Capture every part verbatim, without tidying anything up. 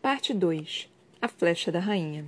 Parte dois. A Flecha da Rainha.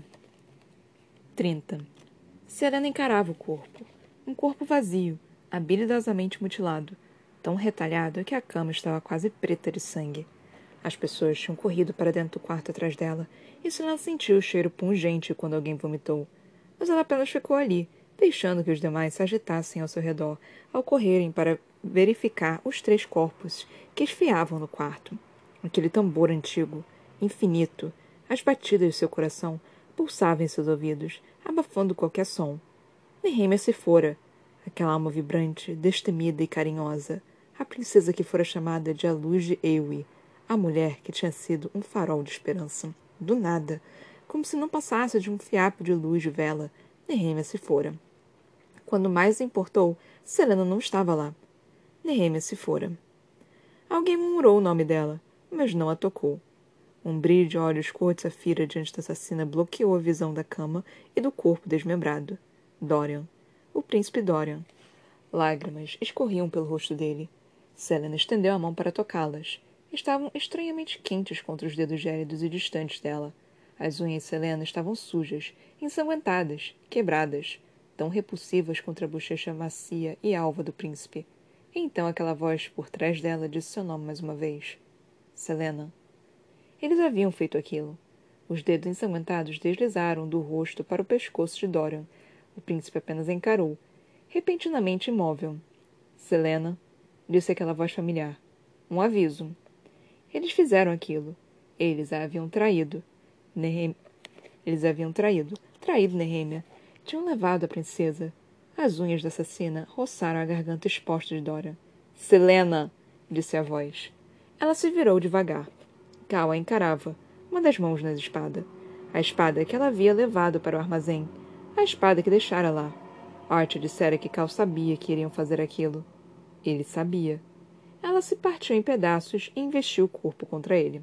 trinta. Selena encarava o corpo. Um corpo vazio, habilidosamente mutilado, tão retalhado que a cama estava quase preta de sangue. As pessoas tinham corrido para dentro do quarto atrás dela, e Selena sentiu o cheiro pungente quando alguém vomitou. Mas ela apenas ficou ali, deixando que os demais se agitassem ao seu redor, ao correrem para verificar os três corpos que esfiavam no quarto. Aquele tambor antigo, infinito, as batidas de seu coração pulsavam em seus ouvidos, abafando qualquer som. Nehemia se fora, aquela alma vibrante, destemida e carinhosa, a princesa que fora chamada de a Luz de Ewe, a mulher que tinha sido um farol de esperança. Do nada, como se não passasse de um fiapo de luz de vela, Nehemia se fora. Quando mais importou, Selena não estava lá. Nehemia se fora. Alguém murmurou o nome dela, mas não a tocou. Um brilho de olhos cor de safira diante da assassina bloqueou a visão da cama e do corpo desmembrado. Dorian. O príncipe Dorian. Lágrimas escorriam pelo rosto dele. Selena estendeu a mão para tocá-las. Estavam estranhamente quentes contra os dedos gélidos e distantes dela. As unhas de Selena estavam sujas, ensanguentadas, quebradas, tão repulsivas contra a bochecha macia e alva do príncipe. E então aquela voz por trás dela disse seu nome mais uma vez. Selena. Eles haviam feito aquilo. Os dedos ensanguentados deslizaram do rosto para o pescoço de Dorian. O príncipe apenas encarou, repentinamente imóvel. Selena, disse aquela voz familiar. Um aviso. Eles fizeram aquilo. Eles a haviam traído. Nehem... Eles a haviam traído. Traído Nehemia. Tinham levado a princesa. As unhas da assassina roçaram a garganta exposta de Dorian. Selena, disse a voz. Ela se virou devagar. Cal a encarava, uma das mãos na espada. A espada que ela havia levado para o armazém. A espada que deixara lá. Art dissera que Cal sabia que iriam fazer aquilo. Ele sabia. Ela se partiu em pedaços e investiu o corpo contra ele.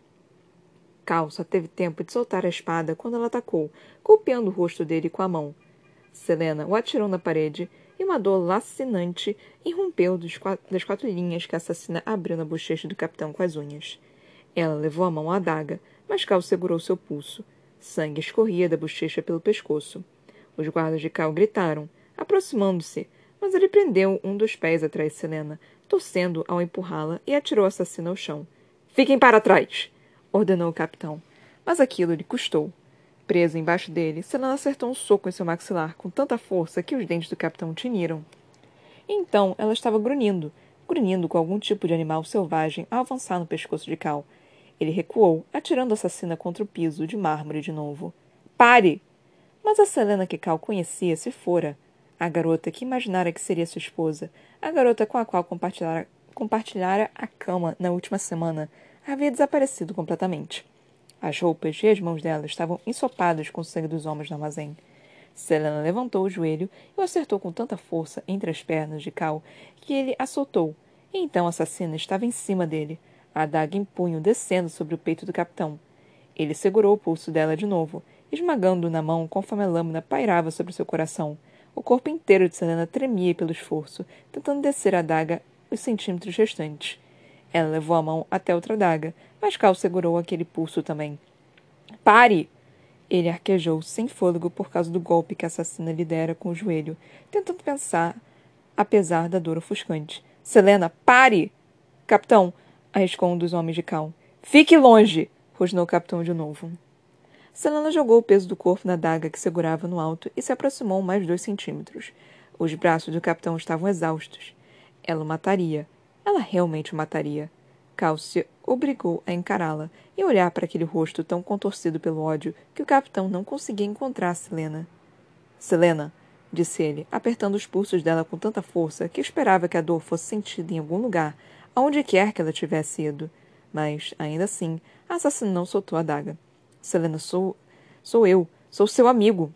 Cal só teve tempo de soltar a espada quando ela atacou, golpeando o rosto dele com a mão. Selena o atirou na parede e uma dor lacinante irrompeu dos quatro, das quatro linhas que a assassina abriu na bochecha do capitão com as unhas. Ela levou a mão à adaga, mas Cal segurou seu pulso. Sangue escorria da bochecha pelo pescoço. Os guardas de Cal gritaram, aproximando-se, mas ele prendeu um dos pés atrás de Selena, torcendo ao empurrá-la e atirou a assassina ao chão. Fiquem para trás! Ordenou o capitão. Mas aquilo lhe custou. Preso embaixo dele, Selena acertou um soco em seu maxilar com tanta força que os dentes do capitão tiniram. Então ela estava grunhindo, grunhindo com algum tipo de animal selvagem a avançar no pescoço de Cal. Ele recuou, atirando a assassina contra o piso de mármore de novo. Pare! Mas a Selena que Cal conhecia se fora. A garota que imaginara que seria sua esposa, a garota com a qual compartilhara, compartilhara a cama na última semana, havia desaparecido completamente. As roupas e as mãos dela estavam ensopadas com o sangue dos homens no armazém. Selena levantou o joelho e o acertou com tanta força entre as pernas de Cal que ele a soltou, e então a assassina estava em cima dele, a adaga em punho descendo sobre o peito do capitão. Ele segurou o pulso dela de novo, esmagando-o na mão conforme a lâmina pairava sobre seu coração. O corpo inteiro de Selena tremia pelo esforço, tentando descer a adaga os centímetros restantes. Ela levou a mão até outra adaga, mas Cal segurou aquele pulso também. Pare! Ele arquejou, sem fôlego por causa do golpe que a assassina lhe dera com o joelho, tentando pensar, apesar da dor ofuscante. Selena, pare! Capitão! Arriscou um dos homens de Cal. Fique longe! Rosnou o capitão de novo. Selena jogou o peso do corpo na adaga que segurava no alto e se aproximou mais dois centímetros. Os braços do capitão estavam exaustos. Ela o mataria. Ela realmente o mataria. Cal se obrigou a encará-la e olhar para aquele rosto tão contorcido pelo ódio que o capitão não conseguia encontrar Selena. Selena, disse ele, apertando os pulsos dela com tanta força que esperava que a dor fosse sentida em algum lugar, aonde quer que ela tivesse ido. Mas, ainda assim, a assassina não soltou a adaga. Selena, sou... sou eu. Sou seu amigo.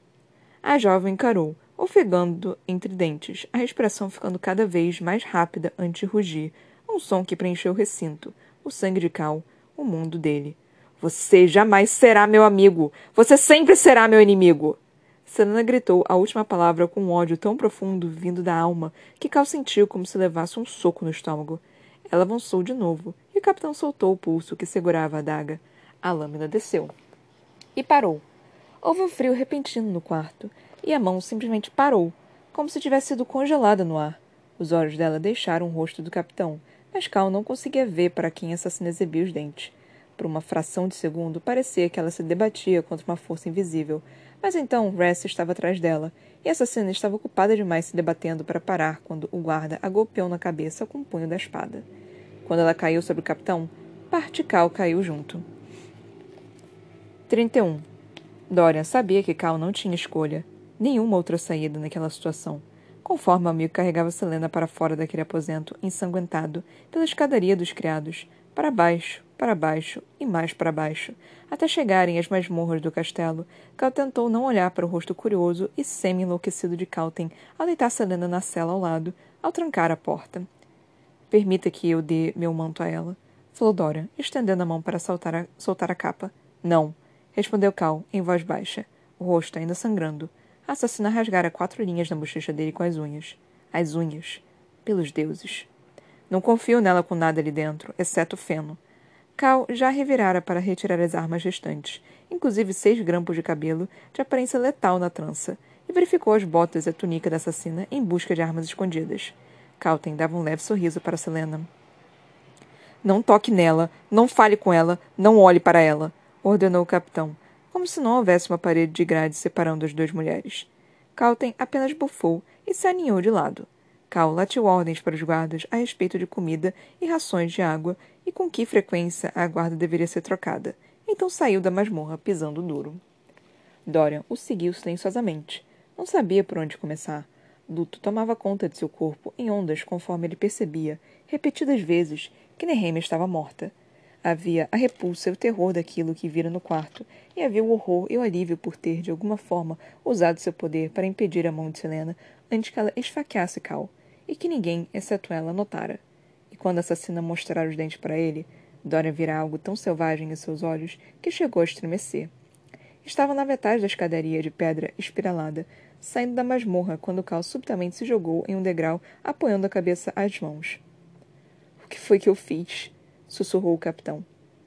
A jovem encarou, ofegando entre dentes, a respiração ficando cada vez mais rápida antes de rugir, um som que preencheu o recinto, o sangue de Cal, o mundo dele. Você jamais será meu amigo! Você sempre será meu inimigo! Selena gritou a última palavra com um ódio tão profundo vindo da alma que Cal sentiu como se levasse um soco no estômago. Ela avançou de novo, e o capitão soltou o pulso que segurava a adaga. A lâmina desceu. E parou. Houve um frio repentino no quarto, e a mão simplesmente parou, como se tivesse sido congelada no ar. Os olhos dela deixaram o rosto do capitão, mas Cal não conseguia ver para quem a assassina exibia os dentes. Por uma fração de segundo, parecia que ela se debatia contra uma força invisível, mas então Ress estava atrás dela, e a assassina estava ocupada demais se debatendo para parar quando o guarda a golpeou na cabeça com o punho da espada. Quando ela caiu sobre o capitão, parte Cal caiu junto. trinta e um. Dorian sabia que Cal não tinha escolha, nenhuma outra saída naquela situação. Conforme o amigo carregava Selena para fora daquele aposento ensanguentado, pela escadaria dos criados, para baixo, para baixo e mais para baixo, até chegarem às masmorras do castelo, Cal tentou não olhar para o rosto curioso e semi-enlouquecido de Calten ao deitar Selena na cela ao lado, ao trancar a porta. Permita que eu dê meu manto a ela, falou Dorian, estendendo a mão para soltar a, soltar a capa. Não, respondeu Cal, em voz baixa, o rosto ainda sangrando. A assassina rasgara quatro linhas na bochecha dele com as unhas. As unhas. Pelos deuses. Não confio nela com nada ali dentro, exceto o feno. Cal já revirara para retirar as armas restantes, inclusive seis grampos de cabelo, de aparência letal na trança, e verificou as botas e a túnica da assassina em busca de armas escondidas. Calten dava um leve sorriso para Selena. Não toque nela, não fale com ela, não olhe para ela, ordenou o capitão, como se não houvesse uma parede de grade separando as duas mulheres. Calten apenas bufou e se aninhou de lado. Cal latiu ordens para os guardas a respeito de comida e rações de água e com que frequência a guarda deveria ser trocada. Então saiu da masmorra pisando duro. Dorian o seguiu silenciosamente. Não sabia por onde começar. Luto tomava conta de seu corpo em ondas conforme ele percebia, repetidas vezes, que Nehemia estava morta. Havia a repulsa e o terror daquilo que vira no quarto, e havia o horror e o alívio por ter, de alguma forma, usado seu poder para impedir a mão de Selena antes que ela esfaqueasse Cal, e que ninguém, exceto ela, notara. E quando a assassina mostrara os dentes para ele, Dorian vira algo tão selvagem em seus olhos que chegou a estremecer. Estava na metade da escadaria de pedra espiralada, saindo da masmorra quando Cal subitamente se jogou em um degrau, apoiando a cabeça às mãos. — O que foi que eu fiz? Sussurrou o capitão.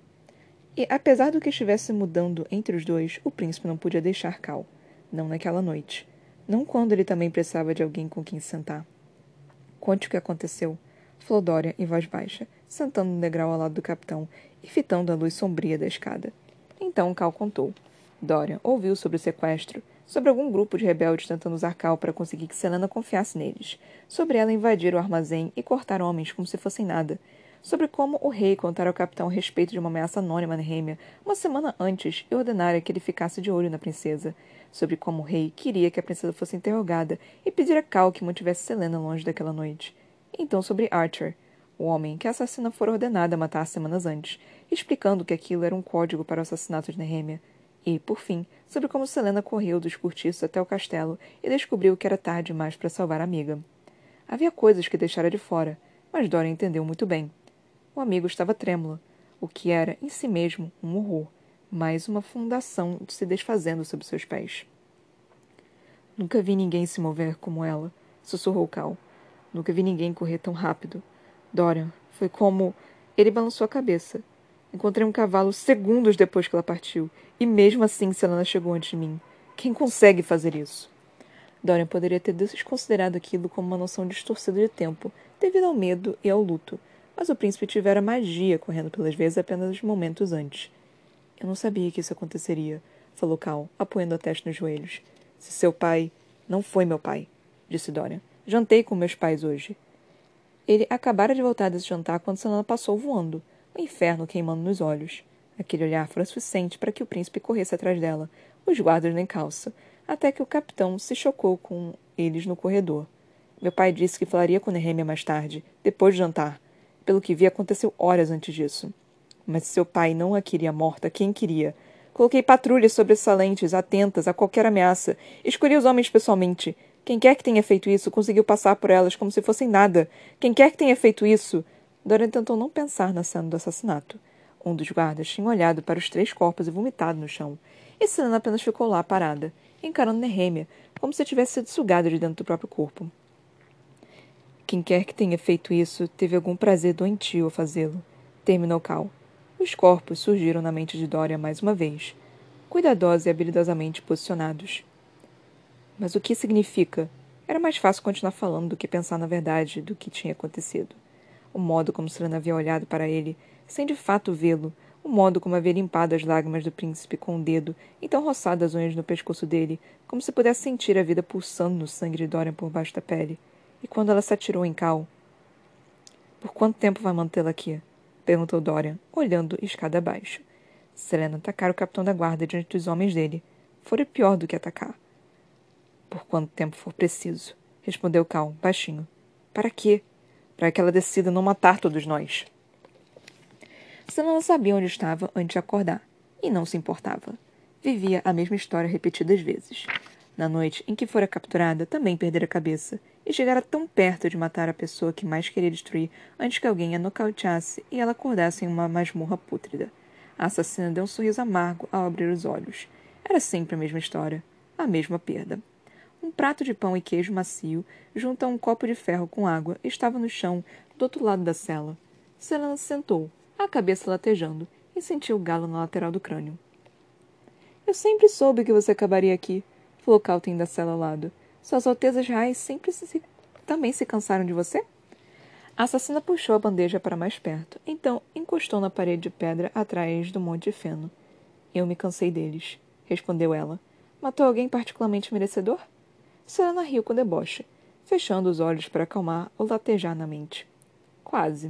E, apesar do que estivesse mudando entre os dois, o príncipe não podia deixar Cal. Não naquela noite. Não quando ele também precisava de alguém com quem sentar. Conte o que aconteceu, falou Dorian em voz baixa, sentando no degrau ao lado do capitão e fitando a luz sombria da escada. Então Cal contou. Dorian ouviu sobre o sequestro, sobre algum grupo de rebeldes tentando usar Cal para conseguir que Selena confiasse neles, sobre ela invadir o armazém e cortar homens como se fossem nada, sobre como o rei contara ao capitão a respeito de uma ameaça anônima a Nehemia uma semana antes e ordenara que ele ficasse de olho na princesa, sobre como o rei queria que a princesa fosse interrogada e pedir a Cal que mantivesse Selena longe daquela noite. E então sobre Archer, o homem que a assassina fora ordenada a matar semanas antes, explicando que aquilo era um código para o assassinato de Nehemia. E, por fim, sobre como Selena correu dos cortiços até o castelo e descobriu que era tarde demais para salvar a amiga. Havia coisas que deixara de fora, mas Dorian entendeu muito bem. O amigo estava trêmulo, o que era, em si mesmo, um horror, mais uma fundação se desfazendo sob seus pés. Nunca vi ninguém se mover como ela, sussurrou Cal. Nunca vi ninguém correr tão rápido. Dorian, foi como... Ele balançou a cabeça. Encontrei um cavalo segundos depois que ela partiu, e mesmo assim Selena chegou antes de mim. Quem consegue fazer isso? Dorian poderia ter desconsiderado aquilo como uma noção distorcida de tempo, devido ao medo e ao luto, mas o príncipe tivera magia correndo pelas veias apenas momentos antes. Eu não sabia que isso aconteceria, falou Cal, apoiando a testa nos joelhos. Se seu pai... Não foi meu pai, disse Dorian. Jantei com meus pais hoje. Ele acabara de voltar desse jantar quando Selena passou voando, o inferno queimando nos olhos. Aquele olhar fora suficiente para que o príncipe corresse atrás dela, os guardas nem calça, até que o capitão se chocou com eles no corredor. Meu pai disse que falaria com Nehemia mais tarde, depois de jantar. Pelo que vi, aconteceu horas antes disso. Mas se seu pai não a queria morta, quem queria? Coloquei patrulhas sobressalentes, atentas a qualquer ameaça. Escolhi os homens pessoalmente. Quem quer que tenha feito isso conseguiu passar por elas como se fossem nada. Quem quer que tenha feito isso... Dorian tentou não pensar na cena do assassinato. Um dos guardas tinha olhado para os três corpos e vomitado no chão. E Selena apenas ficou lá, parada, encarando Nehemia, como se tivesse sido sugada de dentro do próprio corpo. Quem quer que tenha feito isso teve algum prazer doentio ao fazê-lo, terminou Cal. Os corpos surgiram na mente de Dorian mais uma vez, cuidadosos e habilidosamente posicionados. Mas o que significa? Era mais fácil continuar falando do que pensar na verdade do que tinha acontecido. O modo como Selena havia olhado para ele, sem de fato vê-lo, o modo como havia limpado as lágrimas do príncipe com o dedo, então roçado as unhas no pescoço dele, como se pudesse sentir a vida pulsando no sangue de Dorian por baixo da pele. E quando ela se atirou em Cal... Por quanto tempo vai mantê-la aqui? Perguntou Dorian, olhando escada abaixo. Selena atacara o capitão da guarda diante dos homens dele. Fora pior do que atacar. Por quanto tempo for preciso, respondeu Cal, baixinho. Para quê? Para que ela decida não matar todos nós. Selena sabia onde estava antes de acordar, e não se importava. Vivia a mesma história repetidas vezes. Na noite em que fora capturada, também perdera a cabeça, e chegara tão perto de matar a pessoa que mais queria destruir antes que alguém a nocauteasse e ela acordasse em uma masmorra pútrida. A assassina deu um sorriso amargo ao abrir os olhos. Era sempre a mesma história, a mesma perda. Um prato de pão e queijo macio, junto a um copo de ferro com água, estava no chão, do outro lado da cela. Selena se sentou, a cabeça latejando, e sentiu o galo na lateral do crânio. Eu sempre soube que você acabaria aqui, falou Calton da cela ao lado. Suas altezas reais sempre se... também se cansaram de você? A assassina puxou a bandeja para mais perto, então encostou na parede de pedra atrás do monte de feno. Eu me cansei deles, respondeu ela. Matou alguém particularmente merecedor? Selena riu com deboche, fechando os olhos para acalmar o latejar na mente. Quase.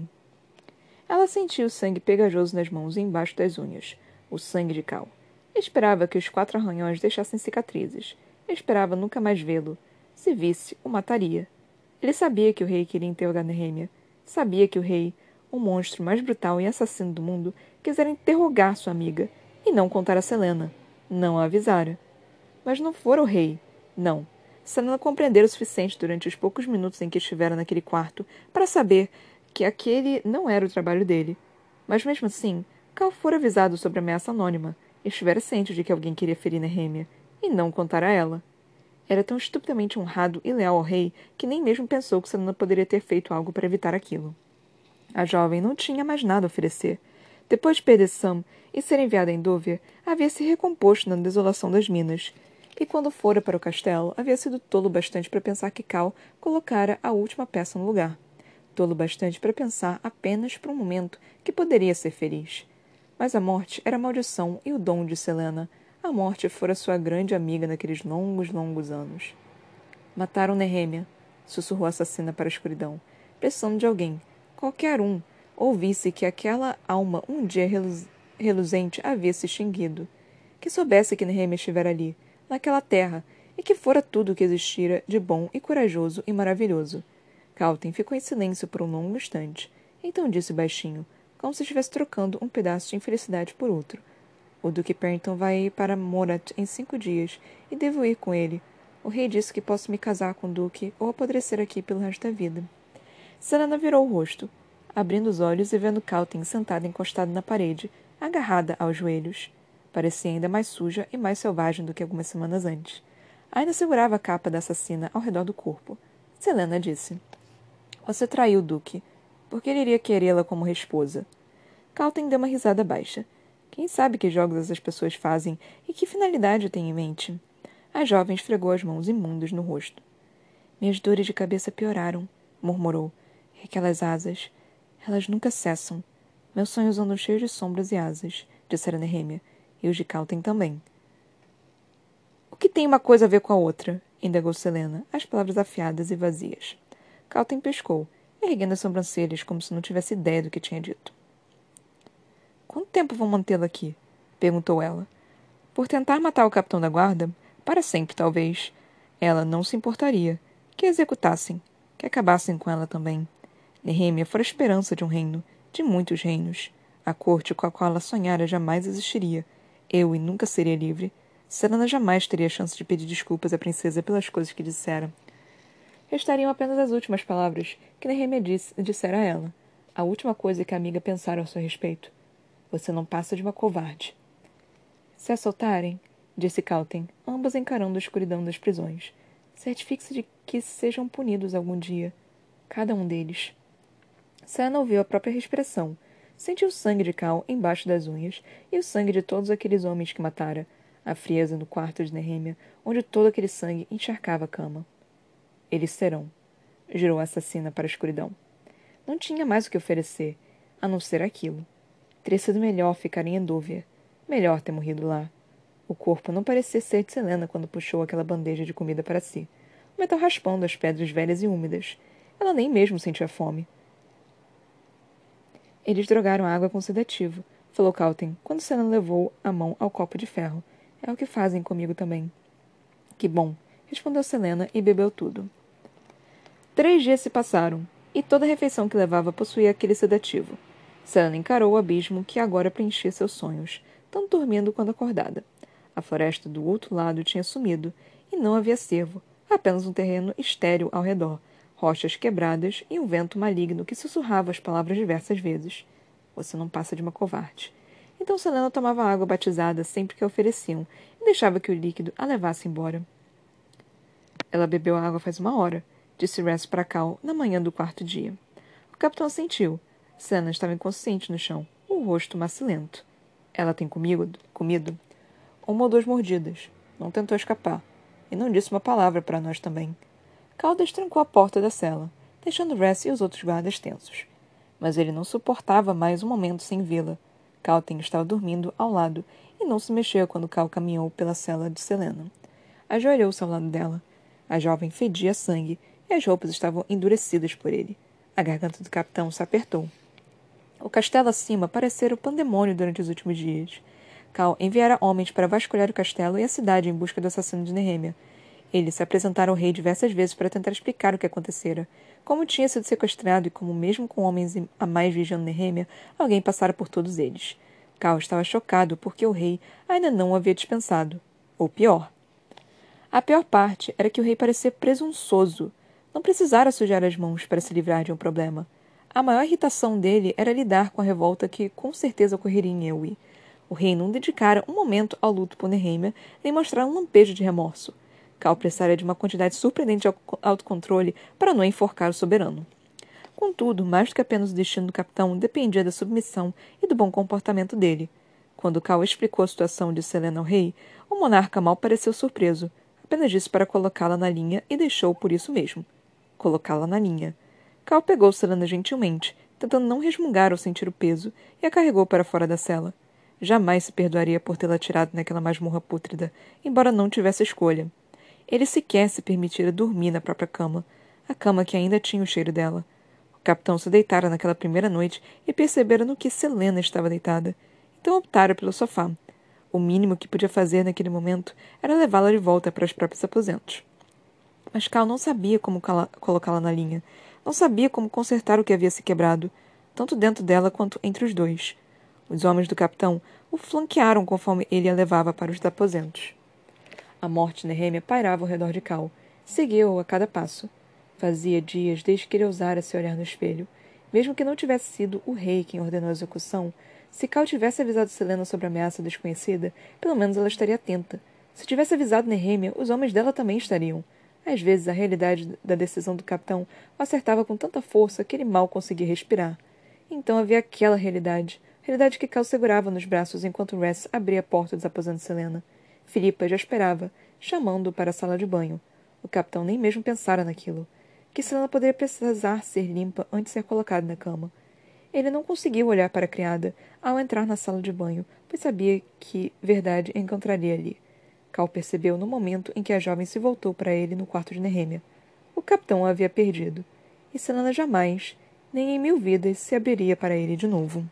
Ela sentiu o sangue pegajoso nas mãos e embaixo das unhas. O sangue de Cal. Esperava que os quatro arranhões deixassem cicatrizes. Esperava nunca mais vê-lo. Se visse, o mataria. Ele sabia que o rei queria interrogar Nehemia. Sabia que o rei, o monstro mais brutal e assassino do mundo, quisera interrogar sua amiga, e não contar a Selena. Não a avisara. Mas não fora o rei. Não. Selena compreendera o suficiente durante os poucos minutos em que estivera naquele quarto para saber que aquele não era o trabalho dele. Mas mesmo assim, Cal fora avisado sobre a ameaça anônima e estivera ciente de que alguém queria ferir Nehemia, e não contar a ela. Era tão estupidamente honrado e leal ao rei que nem mesmo pensou que Selena poderia ter feito algo para evitar aquilo. A jovem não tinha mais nada a oferecer. Depois de perder Sam e ser enviada em Dúvia, havia se recomposto na desolação das minas. E quando fora para o castelo, havia sido tolo bastante para pensar que Cal colocara a última peça no lugar. Tolo bastante para pensar apenas por um momento que poderia ser feliz. Mas a morte era a maldição e o dom de Selena. A morte fora sua grande amiga naqueles longos, longos anos. Mataram Nehemia, sussurrou a assassina para a escuridão, precisando de alguém, qualquer um, ouvisse que aquela alma um dia reluz reluzente havia se extinguido. Que soubesse que Nehemia estivera ali, naquela terra, e que fora tudo o que existira de bom e corajoso e maravilhoso. Calton ficou em silêncio por um longo instante. Então disse baixinho, como se estivesse trocando um pedaço de infelicidade por outro. O Duque Perrington vai para Morat em cinco dias, e devo ir com ele. O rei disse que posso me casar com o Duque ou apodrecer aqui pelo resto da vida. Selena virou o rosto, abrindo os olhos e vendo Calton sentada encostada na parede, agarrada aos joelhos. Parecia ainda mais suja e mais selvagem do que algumas semanas antes. Ainda segurava a capa da assassina ao redor do corpo. Selena disse. Você traiu o Duque. Por que ele iria querê-la como esposa? Calton deu uma risada baixa. Quem sabe que jogos essas pessoas fazem e que finalidade têm em mente? A jovem esfregou as mãos imundas no rosto. Minhas dores de cabeça pioraram, murmurou. E aquelas asas. Elas nunca cessam. Meus sonhos andam cheios de sombras e asas, dissera Nehemia, e os de Calton também. O que tem uma coisa a ver com a outra? Indagou Selena, as palavras afiadas e vazias. Calton pescou, erguendo as sobrancelhas como se não tivesse ideia do que tinha dito. Quanto tempo vão mantê-la aqui? Perguntou ela. Por tentar matar o capitão da guarda? Para sempre, talvez. Ela não se importaria. Que a executassem. Que acabassem com ela também. Nehemia fora a esperança de um reino. De muitos reinos. A corte com a qual ela sonhara jamais existiria. Eu e nunca seria livre. Selena jamais teria a chance de pedir desculpas à princesa pelas coisas que dissera. Restariam apenas as últimas palavras que Nehemia disse, dissera a ela. A última coisa que a amiga pensara a seu respeito. Você não passa de uma covarde. Se a soltarem, disse Calton, ambos encarando a escuridão das prisões, certifique-se de que sejam punidos algum dia. Cada um deles. Selena ouviu a própria respiração. Sentiu o sangue de Cal embaixo das unhas e o sangue de todos aqueles homens que matara. A frieza no quarto de Nehemia, onde todo aquele sangue encharcava a cama. Eles serão, jurou a assassina para a escuridão. Não tinha mais o que oferecer, a não ser aquilo. Teria sido melhor ficar em Endóvia. Melhor ter morrido lá. O corpo não parecia ser de Selena quando puxou aquela bandeja de comida para si. O metal raspando as pedras velhas e úmidas. Ela nem mesmo sentia fome. Eles drogaram a água com sedativo, falou Calton, quando Selena levou a mão ao copo de ferro. É o que fazem comigo também. Que bom, respondeu Selena e bebeu tudo. Três dias se passaram, e toda a refeição que levava possuía aquele sedativo. Selena encarou o abismo que agora preenchia seus sonhos, tanto dormindo quanto acordada. A floresta do outro lado tinha sumido, e não havia cervo, apenas um terreno estéril ao redor, rochas quebradas e um vento maligno que sussurrava as palavras diversas vezes. Você não passa de uma covarde. Então Selena tomava água batizada sempre que a ofereciam e deixava que o líquido a levasse embora. Ela bebeu a água faz uma hora, disse Ress para Cal na manhã do quarto dia. O capitão assentiu. Selena estava inconsciente no chão, o rosto macilento. Ela tem comigo, comido? Uma ou duas mordidas. Não tentou escapar. E não disse uma palavra para nós também. Cal destrancou a porta da cela, deixando Ress e os outros guardas tensos. Mas ele não suportava mais um momento sem vê-la. Calton estava dormindo ao lado e não se mexeu quando Cal caminhou pela cela de Selena. Ajoelhou-se ao lado dela. A jovem fedia sangue e as roupas estavam endurecidas por ele. A garganta do capitão se apertou. O castelo acima parecera o pandemônio durante os últimos dias. Cal enviara homens para vasculhar o castelo e a cidade em busca do assassino de Nehemia. Eles se apresentaram ao rei diversas vezes para tentar explicar o que acontecera, como tinha sido sequestrado e como, mesmo com homens a mais vigiando Nehemia, alguém passara por todos eles. Cal estava chocado porque o rei ainda não o havia dispensado. Ou pior. A pior parte era que o rei parecia presunçoso. Não precisara sujar as mãos para se livrar de um problema. A maior irritação dele era lidar com a revolta que com certeza ocorreria em Elwë. O rei não dedicara um momento ao luto por Nehemia, nem mostrara um lampejo de remorso. Cal precisaria de uma quantidade surpreendente de autocontrole para não enforcar o soberano. Contudo, mais do que apenas o destino do capitão dependia da submissão e do bom comportamento dele. Quando Cal explicou a situação de Selena ao rei, o monarca mal pareceu surpreso. Apenas disse para colocá-la na linha e deixou por isso mesmo. Colocá-la na linha. Cal pegou Selena gentilmente, tentando não resmungar ao sentir o peso, e a carregou para fora da cela. Jamais se perdoaria por tê-la tirado naquela masmorra pútrida, embora não tivesse escolha. Ele sequer se permitira dormir na própria cama, a cama que ainda tinha o cheiro dela. O capitão se deitara naquela primeira noite e percebera no que Selena estava deitada. Então optara pelo sofá. O mínimo que podia fazer naquele momento era levá-la de volta para os próprios aposentos. Mas Cal não sabia como colocá-la na linha. Não sabia como consertar o que havia se quebrado, tanto dentro dela quanto entre os dois. Os homens do capitão o flanquearam conforme ele a levava para os aposentos. A morte de Nehemia pairava ao redor de Cal. Seguia-o a cada passo. Fazia dias desde que ele ousara se olhar no espelho. Mesmo que não tivesse sido o rei quem ordenou a execução, se Cal tivesse avisado Selena sobre a ameaça desconhecida, pelo menos ela estaria atenta. Se tivesse avisado Nehemia, os homens dela também estariam. Às vezes, a realidade da decisão do capitão o acertava com tanta força que ele mal conseguia respirar. Então havia aquela realidade. Realidade que Cal segurava nos braços enquanto Ress abria a porta dos aposentos de Selena. Filipa já esperava, chamando-o para a sala de banho. O capitão nem mesmo pensara naquilo. Que Selena poderia precisar ser limpa antes de ser colocada na cama. Ele não conseguiu olhar para a criada ao entrar na sala de banho, pois sabia que verdade encontraria ali. Cal percebeu no momento em que a jovem se voltou para ele no quarto de Nehemia. O capitão a havia perdido, e Selena jamais, nem em mil vidas, se abriria para ele de novo.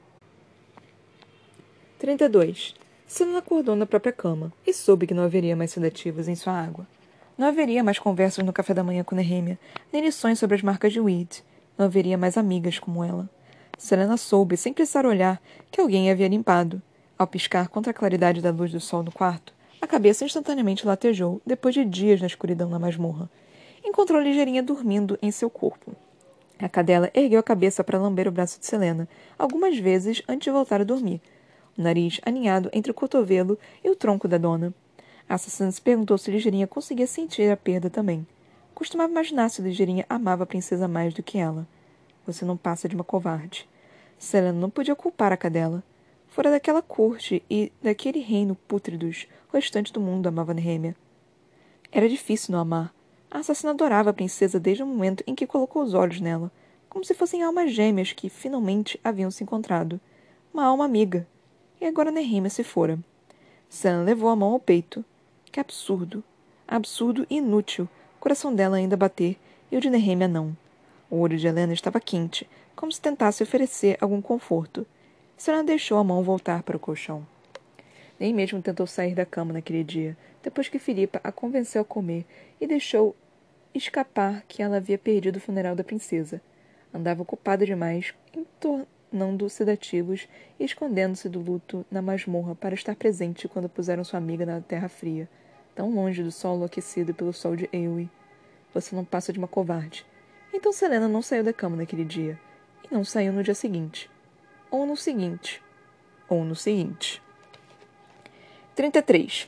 trinta e dois. Selena acordou na própria cama e soube que não haveria mais sedativos em sua água. Não haveria mais conversas no café da manhã com Nehemia, nem lições sobre as marcas de Weed. Não haveria mais amigas como ela. Selena soube, sem precisar olhar, que alguém a havia limpado. Ao piscar contra a claridade da luz do sol no quarto, a cabeça instantaneamente latejou, depois de dias na escuridão na masmorra. Encontrou Ligeirinha dormindo em seu corpo. A cadela ergueu a cabeça para lamber o braço de Selena, algumas vezes antes de voltar a dormir, o nariz aninhado entre o cotovelo e o tronco da dona. A assassina se perguntou se Ligeirinha conseguia sentir a perda também. Costumava imaginar se Ligeirinha amava a princesa mais do que ela. Você não passa de uma covarde. Selena não podia culpar a cadela. Fora daquela corte e daquele reino pútridos, o restante do mundo amava Nehemia. Era difícil não amar. A assassina adorava a princesa desde o momento em que colocou os olhos nela, como se fossem almas gêmeas que, finalmente, haviam se encontrado. Uma alma amiga. E agora Nehemia se fora. Selena levou a mão ao peito. Que absurdo. Absurdo e inútil. O coração dela ainda bater, e o de Nehemia não. O olho de Helena estava quente, como se tentasse oferecer algum conforto. Selena deixou a mão voltar para o colchão. Nem mesmo tentou sair da cama naquele dia, depois que Filipa a convenceu a comer e deixou escapar que ela havia perdido o funeral da princesa. Andava ocupada demais, entornando sedativos e escondendo-se do luto na masmorra para estar presente quando puseram sua amiga na terra fria, tão longe do solo aquecido pelo sol de Eowyn. Você não passa de uma covarde. Então Selena não saiu da cama naquele dia, e não saiu no dia seguinte. Ou no seguinte. Ou no seguinte. trinta e três.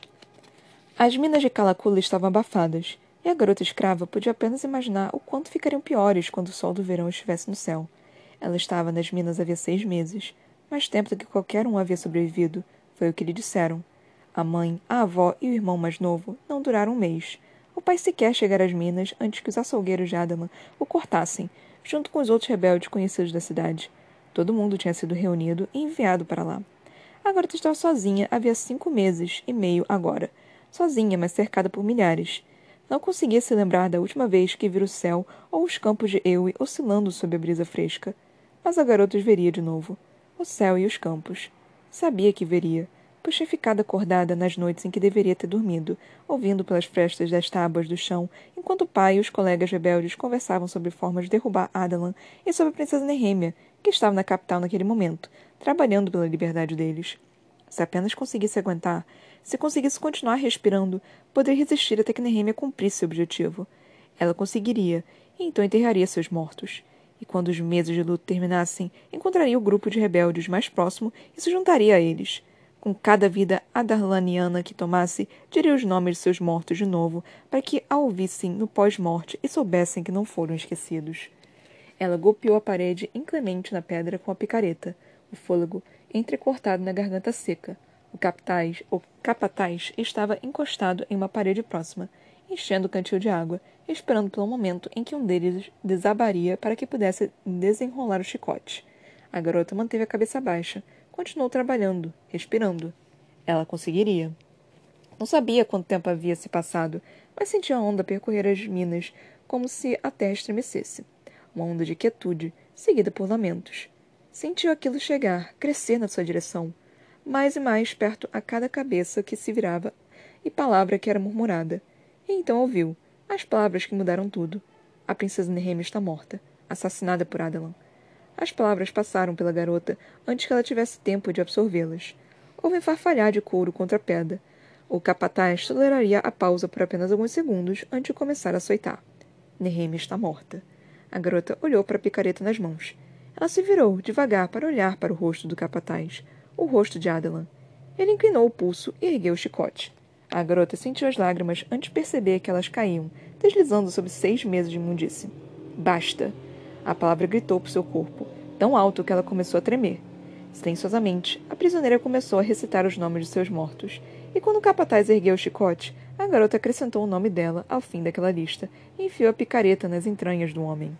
As minas de Calaculla estavam abafadas, e a garota escrava podia apenas imaginar o quanto ficariam piores quando o sol do verão estivesse no céu. Ela estava nas minas havia seis meses, mais tempo do que qualquer um havia sobrevivido, foi o que lhe disseram. A mãe, a avó e o irmão mais novo não duraram um mês. O pai sequer chegara às minas antes que os açougueiros de Adaman o cortassem, junto com os outros rebeldes conhecidos da cidade. Todo mundo tinha sido reunido e enviado para lá. A garota estava sozinha havia cinco meses e meio agora. Sozinha, mas cercada por milhares. Não conseguia se lembrar da última vez que vira o céu ou os campos de Eowyn oscilando sob a brisa fresca. Mas a garota os veria de novo. O céu e os campos. Sabia que veria, pois tinha ficado acordada nas noites em que deveria ter dormido, ouvindo pelas frestas das tábuas do chão, enquanto o pai e os colegas rebeldes conversavam sobre formas de derrubar Adalan e sobre a princesa Nehemia, que estava na capital naquele momento, trabalhando pela liberdade deles. Se apenas conseguisse aguentar, se conseguisse continuar respirando, poderia resistir até que Nehemia cumprisse seu objetivo. Ela conseguiria, e então enterraria seus mortos. E quando os meses de luto terminassem, encontraria o grupo de rebeldes mais próximo e se juntaria a eles. Com cada vida adarlaniana que tomasse, diria os nomes de seus mortos de novo, para que a ouvissem no pós-morte e soubessem que não foram esquecidos. Ela golpeou a parede inclemente na pedra com a picareta, o fôlego entrecortado na garganta seca. O capataz, o capataz estava encostado em uma parede próxima, enchendo o cantil de água, esperando pelo momento em que um deles desabaria para que pudesse desenrolar o chicote. A garota manteve a cabeça baixa, continuou trabalhando, respirando. Ela conseguiria. Não sabia quanto tempo havia se passado, mas sentia a onda percorrer as minas, como se a terra estremecesse. Uma onda de quietude, seguida por lamentos. Sentiu aquilo chegar, crescer na sua direção, mais e mais perto a cada cabeça que se virava e palavra que era murmurada. E então ouviu, as palavras que mudaram tudo. A princesa Nehemia está morta, assassinada por Adalan. As palavras passaram pela garota antes que ela tivesse tempo de absorvê-las. Houve um farfalhar de couro contra a pedra. O capataz toleraria a pausa por apenas alguns segundos antes de começar a açoitar. Nehemia está morta. A garota olhou para a picareta nas mãos. Ela se virou, devagar, para olhar para o rosto do capataz, o rosto de Adalan. Ele inclinou o pulso e ergueu o chicote. A garota sentiu as lágrimas antes de perceber que elas caíam, deslizando sob seis meses de imundície. Basta! A palavra gritou por seu corpo, tão alto que ela começou a tremer. Silenciosamente, a prisioneira começou a recitar os nomes de seus mortos, e quando o capataz ergueu o chicote, a garota acrescentou o nome dela ao fim daquela lista e enfiou a picareta nas entranhas do homem.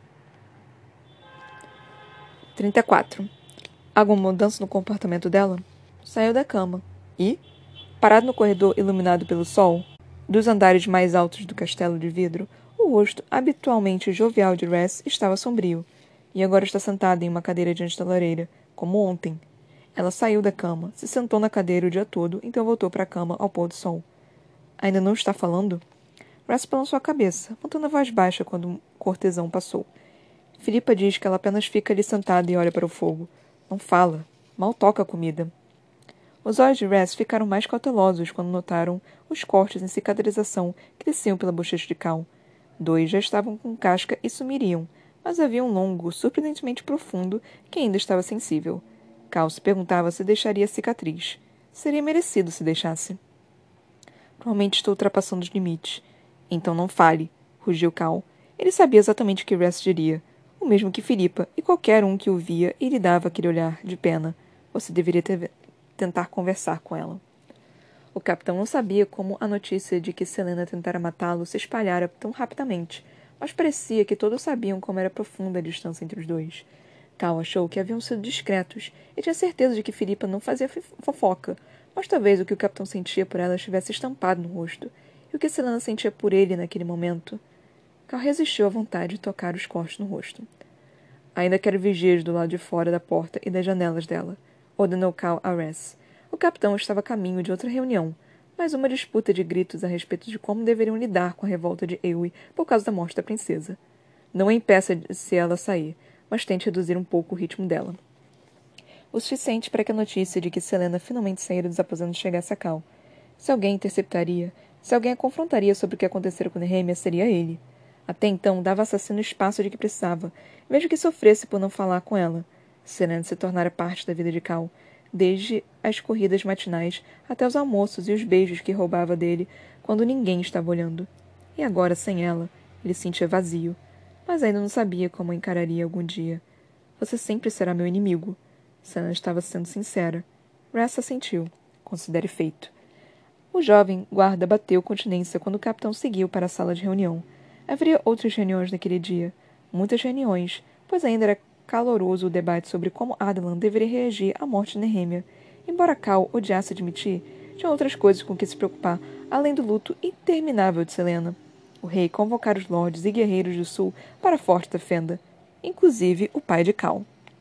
trinta e quatro. Alguma mudança no comportamento dela? Saiu da cama e, parado no corredor iluminado pelo sol, dos andares mais altos do castelo de vidro, o rosto habitualmente jovial de Ress estava sombrio, e agora está sentada em uma cadeira diante da lareira, como ontem. Ela saiu da cama, se sentou na cadeira o dia todo, então voltou para a cama ao pôr do sol. Ainda não está falando? Ress balançou a cabeça, mantendo a voz baixa quando o cortesão passou. Filipa diz que ela apenas fica ali sentada e olha para o fogo. Não fala. Mal toca a comida. Os olhos de Ress ficaram mais cautelosos quando notaram os cortes em cicatrização que desciam pela bochecha de Cal. Dois já estavam com casca e sumiriam, mas havia um longo, surpreendentemente profundo, que ainda estava sensível. Cal se perguntava se deixaria a cicatriz. Seria merecido se deixasse. Provavelmente estou ultrapassando os limites. Então não fale, rugiu Cal. Ele sabia exatamente o que Ress diria. O o mesmo que Filipa, e qualquer um que o via e lhe dava aquele olhar de pena. Você deveria ter... tentar conversar com ela. O capitão não sabia como a notícia de que Selena tentara matá-lo se espalhara tão rapidamente, mas parecia que todos sabiam como era profunda a distância entre os dois. Cal achou que haviam sido discretos e tinha certeza de que Filipa não fazia fofoca, mas talvez o que o capitão sentia por ela estivesse estampado no rosto, e o que Selena sentia por ele naquele momento. Cal resistiu à vontade de tocar os cortes no rosto. Ainda quero vigias do lado de fora da porta e das janelas dela, ordenou Cal a Ress. O capitão estava a caminho de outra reunião, mas uma disputa de gritos a respeito de como deveriam lidar com a revolta de Eowyn por causa da morte da princesa. Não a impeça se ela sair, mas tente reduzir um pouco o ritmo dela. O suficiente para que a notícia de que Selena finalmente saíra dos aposentos chegasse a Cal. Se alguém interceptaria, se alguém a confrontaria sobre o que acontecera com Nehemia, seria ele. Até então, dava ao assassino o espaço de que precisava, mesmo que sofresse por não falar com ela. Selena se tornara parte da vida de Cal, desde as corridas matinais até os almoços e os beijos que roubava dele quando ninguém estava olhando. E agora, sem ela, ele se sentia vazio, mas ainda não sabia como a encararia algum dia. Você sempre será meu inimigo. Selena estava sendo sincera. Ressa assentiu. Considere feito. O jovem guarda bateu continência quando o capitão seguiu para a sala de reunião. Haveria outras reuniões naquele dia. Muitas reuniões, pois ainda era caloroso o debate sobre como Adelan deveria reagir à morte de Nehemia. Embora Cal odiasse admitir, tinha outras coisas com que se preocupar, além do luto interminável de Selena. O rei convocara os lordes e guerreiros do sul para a Forte da Fenda, inclusive o pai de Cal.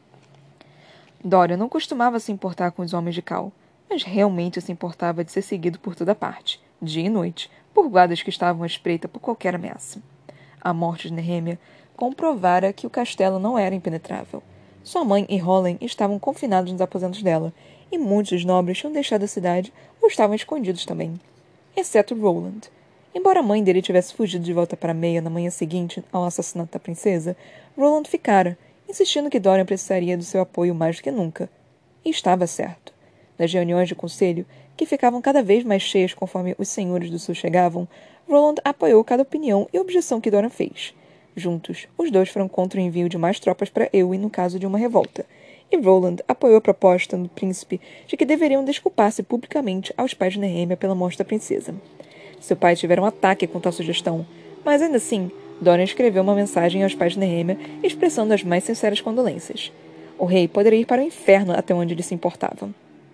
Dorian não costumava se importar com os homens de Cal, mas realmente se importava de ser seguido por toda parte, dia e noite, por guardas que estavam à espreita por qualquer ameaça. A morte de Nehemia comprovara que o castelo não era impenetrável. Sua mãe e Holen estavam confinados nos aposentos dela, e muitos dos nobres tinham deixado a cidade ou estavam escondidos também, exceto Roland. Embora a mãe dele tivesse fugido de volta para Meia na manhã seguinte ao assassinato da princesa, Roland ficara, insistindo que Dorian precisaria do seu apoio mais do que nunca. E estava certo. Nas reuniões de conselho, que ficavam cada vez mais cheias conforme os senhores do sul chegavam, Roland apoiou cada opinião e objeção que Dorian fez. Juntos, os dois foram contra o envio de mais tropas para Eowyn no caso de uma revolta, e Roland apoiou a proposta do príncipe de que deveriam desculpar-se publicamente aos pais de Nehemia pela morte da princesa. Seu pai tivera um ataque contra a sugestão, mas ainda assim, Dorian escreveu uma mensagem aos pais de Nehemia expressando as mais sinceras condolências. O rei poderia ir para o inferno até onde ele se importava.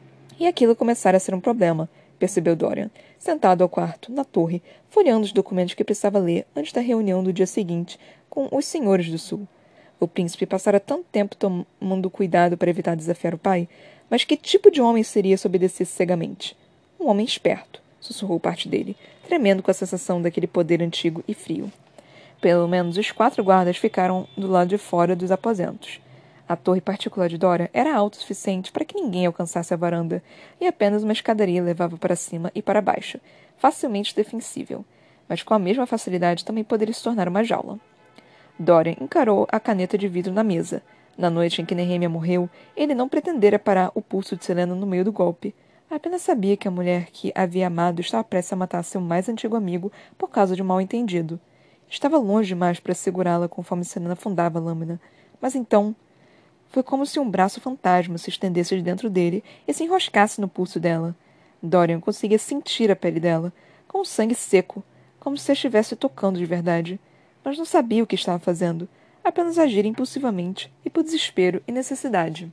E aquilo começara a ser um problema, percebeu Dorian, sentado ao quarto, na torre, folheando os documentos que precisava ler antes da reunião do dia seguinte com os senhores do sul. O príncipe passara tanto tempo tomando cuidado para evitar desafiar o pai, mas que tipo de homem seria se obedecesse cegamente? Um homem esperto, sussurrou parte dele, tremendo com a sensação daquele poder antigo e frio. Pelo menos os quatro guardas ficaram do lado de fora dos aposentos. A torre particular de Dorian era alta o suficiente para que ninguém alcançasse a varanda, e apenas uma escadaria levava para cima e para baixo, facilmente defensível, mas com a mesma facilidade também poderia se tornar uma jaula. Dorian encarou a caneta de vidro na mesa. Na noite em que Nehemia morreu, ele não pretendera parar o pulso de Selena no meio do golpe. Apenas sabia que a mulher que havia amado estava prestes a matar seu mais antigo amigo por causa de um mal-entendido. Estava longe demais para segurá-la conforme Selena afundava a lâmina, mas então... Foi como se um braço fantasma se estendesse de dentro dele e se enroscasse no pulso dela. Dorian conseguia sentir a pele dela, com o sangue seco, como se a estivesse tocando de verdade. Mas não sabia o que estava fazendo, apenas agir impulsivamente e por desespero e necessidade.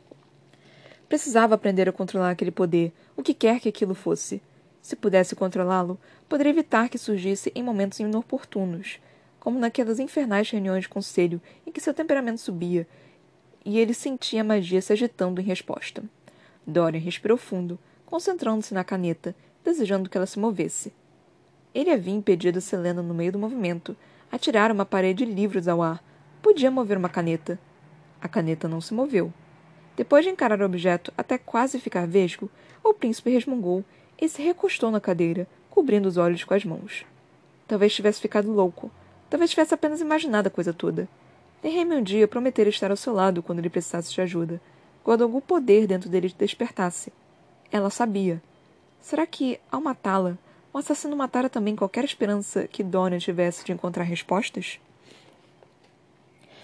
Precisava aprender a controlar aquele poder, o que quer que aquilo fosse. Se pudesse controlá-lo, poderia evitar que surgisse em momentos inoportunos, como naquelas infernais reuniões de conselho em que seu temperamento subia, e ele sentia a magia se agitando em resposta. Dorian respirou fundo, concentrando-se na caneta, desejando que ela se movesse. Ele havia impedido Selena no meio do movimento, atirar uma parede de livros ao ar. Podia mover uma caneta. A caneta não se moveu. Depois de encarar o objeto até quase ficar vesgo, o príncipe resmungou e se recostou na cadeira, cobrindo os olhos com as mãos. Talvez tivesse ficado louco. Talvez tivesse apenas imaginado a coisa toda. Nehemia um dia prometera estar ao seu lado quando ele precisasse de ajuda, quando algum poder dentro dele despertasse. Ela sabia. Será que, ao matá-la, o assassino matara também qualquer esperança que Dorian tivesse de encontrar respostas?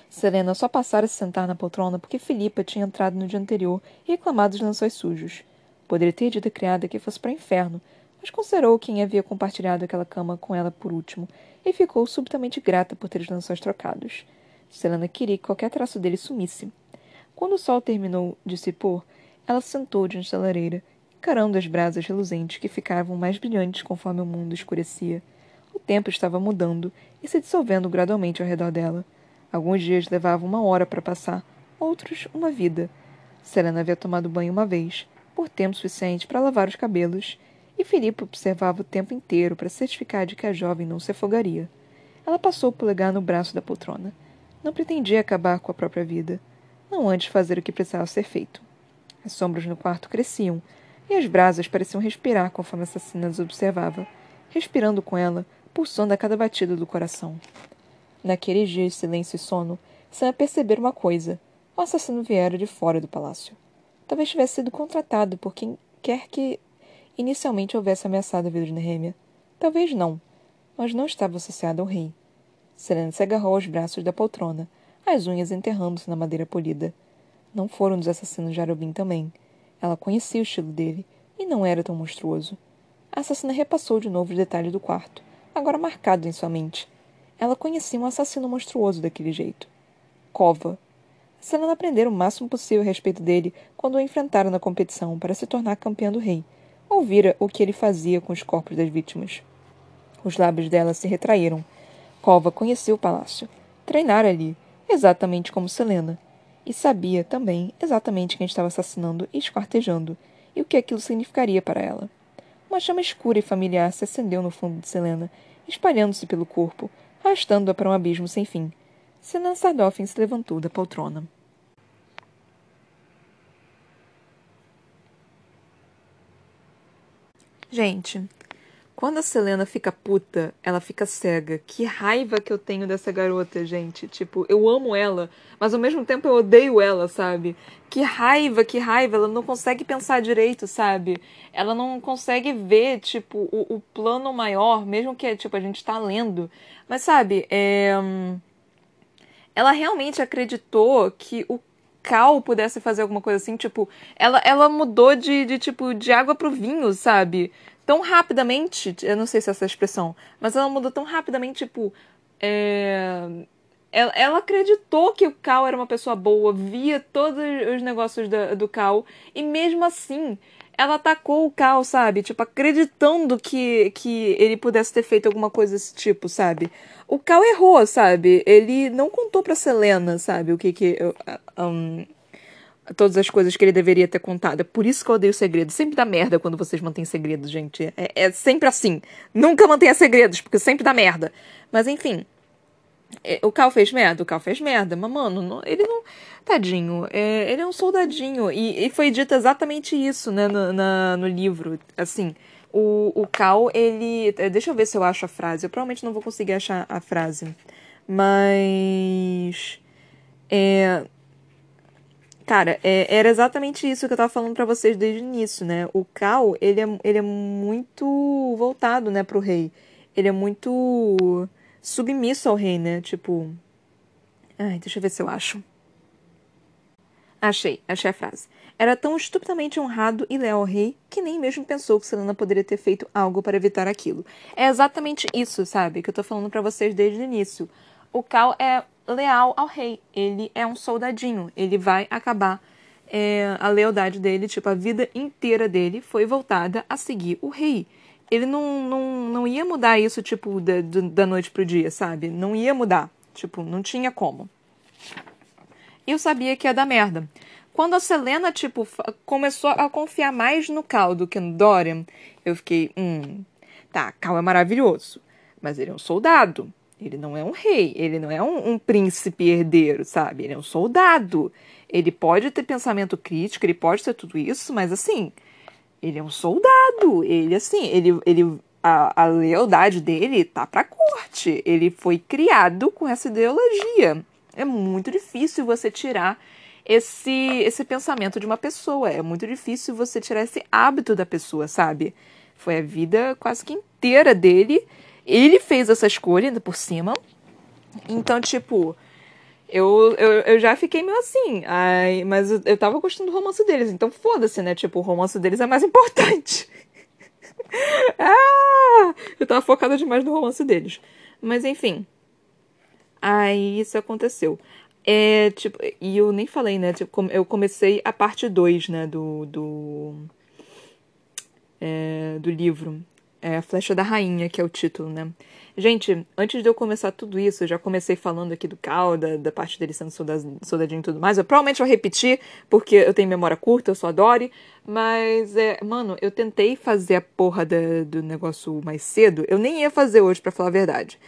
Selena só passara a se sentar na poltrona porque Filipa tinha entrado no dia anterior e reclamado dos lençóis sujos. Poderia ter dito à criada que fosse para o inferno, mas considerou quem havia compartilhado aquela cama com ela por último e ficou subitamente grata por ter os lençóis trocados. Selena queria que qualquer traço dele sumisse. Quando o sol terminou de se pôr, ela se sentou diante da lareira, encarando as brasas reluzentes que ficavam mais brilhantes conforme o mundo escurecia. O tempo estava mudando e se dissolvendo gradualmente ao redor dela. Alguns dias levavam uma hora para passar, outros uma vida. Selena havia tomado banho uma vez, por tempo suficiente para lavar os cabelos, e Filipe observava o tempo inteiro para certificar de que a jovem não se afogaria. Ela passou o polegar no braço da poltrona. Não pretendia acabar com a própria vida, não antes de fazer o que precisava ser feito. As sombras no quarto cresciam, e as brasas pareciam respirar conforme a assassina as observava, respirando com ela, pulsando a cada batida do coração. Naqueles dias de silêncio e sono, Sam percebera uma coisa. O assassino viera de fora do palácio. Talvez tivesse sido contratado por quem quer que inicialmente houvesse ameaçado a vida de Nehemia. Talvez não, mas não estava associado ao rei. Selena se agarrou aos braços da poltrona, as unhas enterrando-se na madeira polida. Não foram dos assassinos de Arobin também. Ela conhecia o estilo dele, e não era tão monstruoso. A assassina repassou de novo os detalhes do quarto, agora marcado em sua mente. Ela conhecia um assassino monstruoso daquele jeito. Cova. Selena aprendera o máximo possível a respeito dele quando o enfrentara na competição para se tornar campeã do rei. Ouvira o que ele fazia com os corpos das vítimas. Os lábios dela se retraíram. Cova conhecia o palácio. Treinara ali, exatamente como Selena. E sabia, também, exatamente quem estava assassinando e esquartejando, e o que aquilo significaria para ela. Uma chama escura e familiar se acendeu no fundo de Selena, espalhando-se pelo corpo, arrastando-a para um abismo sem fim. Selena Sardoffin se levantou da poltrona. Gente, quando a Selena fica puta, ela fica cega. Que raiva que eu tenho dessa garota, gente. Tipo, eu amo ela, mas ao mesmo tempo eu odeio ela, sabe? Que raiva, que raiva. Ela não consegue pensar direito, sabe? Ela não consegue ver, tipo, o, o plano maior, mesmo que, tipo, a gente tá lendo. Mas, sabe, é... ela realmente acreditou que o Cal pudesse fazer alguma coisa assim, tipo, ela, ela mudou de, de, tipo, de água pro vinho, sabe? Tão rapidamente, eu não sei se é essa a expressão, mas ela mudou tão rapidamente, tipo, é... ela, ela acreditou que o Cal era uma pessoa boa, via todos os negócios da, do Cal, e mesmo assim, ela atacou o Cal, sabe? Tipo, acreditando que, que ele pudesse ter feito alguma coisa desse tipo, sabe? O Cal errou, sabe? Ele não contou pra Selena, sabe? O que que... Um, todas as coisas que ele deveria ter contado. É por isso que eu odeio segredos. Sempre dá merda quando vocês mantêm segredos, gente. É, é sempre assim. Nunca mantenha segredos, porque sempre dá merda. Mas, enfim... O Cal fez merda? O Cal fez merda. Mas, mano, não, ele não... Tadinho. É, ele é um soldadinho. E, e foi dito exatamente isso, né, no, na, no livro. Assim, o, o Cal, ele... Deixa eu ver se eu acho a frase. Eu provavelmente não vou conseguir achar a frase. Mas... É... Cara, é, era exatamente isso que eu tava falando pra vocês desde o início, né? O Cal, ele é, ele é muito voltado, né, pro rei. Ele é muito submisso ao rei, né? Tipo... Ai, deixa eu ver se eu acho. Achei, achei a frase. Era tão estupidamente honrado e leal ao rei que nem mesmo pensou que Selena poderia ter feito algo para evitar aquilo. É exatamente isso, sabe, que eu tô falando pra vocês desde o início. O Cal é leal ao rei. Ele é um soldadinho. Ele vai acabar é, a lealdade dele, tipo, a vida inteira dele foi voltada a seguir o rei. Ele não, não, não ia mudar isso, tipo, da, da noite pro dia, sabe? Não ia mudar. Tipo, não tinha como. E eu sabia que ia dar merda. Quando a Selena, tipo, começou a confiar mais no Cal do que no Dorian, eu fiquei, hum, tá, Cal é maravilhoso, mas ele é um soldado. Ele não é um rei, ele não é um, um príncipe herdeiro, sabe? Ele é um soldado. Ele pode ter pensamento crítico, ele pode ter tudo isso, mas assim, ele é um soldado. Ele, assim, ele, ele a, a lealdade dele tá pra corte. Ele foi criado com essa ideologia. É muito difícil você tirar esse, esse pensamento de uma pessoa. É muito difícil você tirar esse hábito da pessoa, sabe? Foi a vida quase que inteira dele. Ele fez essa escolha, ainda por cima. Então, tipo... Eu, eu, eu já fiquei meio assim. Ai, mas eu, eu tava gostando do romance deles, então foda-se, né? Tipo, o romance deles é mais importante. Ah! Eu tava focada demais no romance deles. Mas enfim. Aí isso aconteceu. É, tipo, e eu nem falei, né? Tipo, eu comecei a parte dois, né, do, do, é, do livro. É A Flecha da Rainha, que é o título, né? Gente, antes de eu começar tudo isso, eu já comecei falando aqui do Cal, da, da parte dele sendo soldadinho e tudo mais. Eu provavelmente vou repetir, porque eu tenho memória curta, eu só adoro. Mas, é, mano, eu tentei fazer a porra da, do negócio mais cedo. Eu nem ia fazer hoje, pra falar a verdade.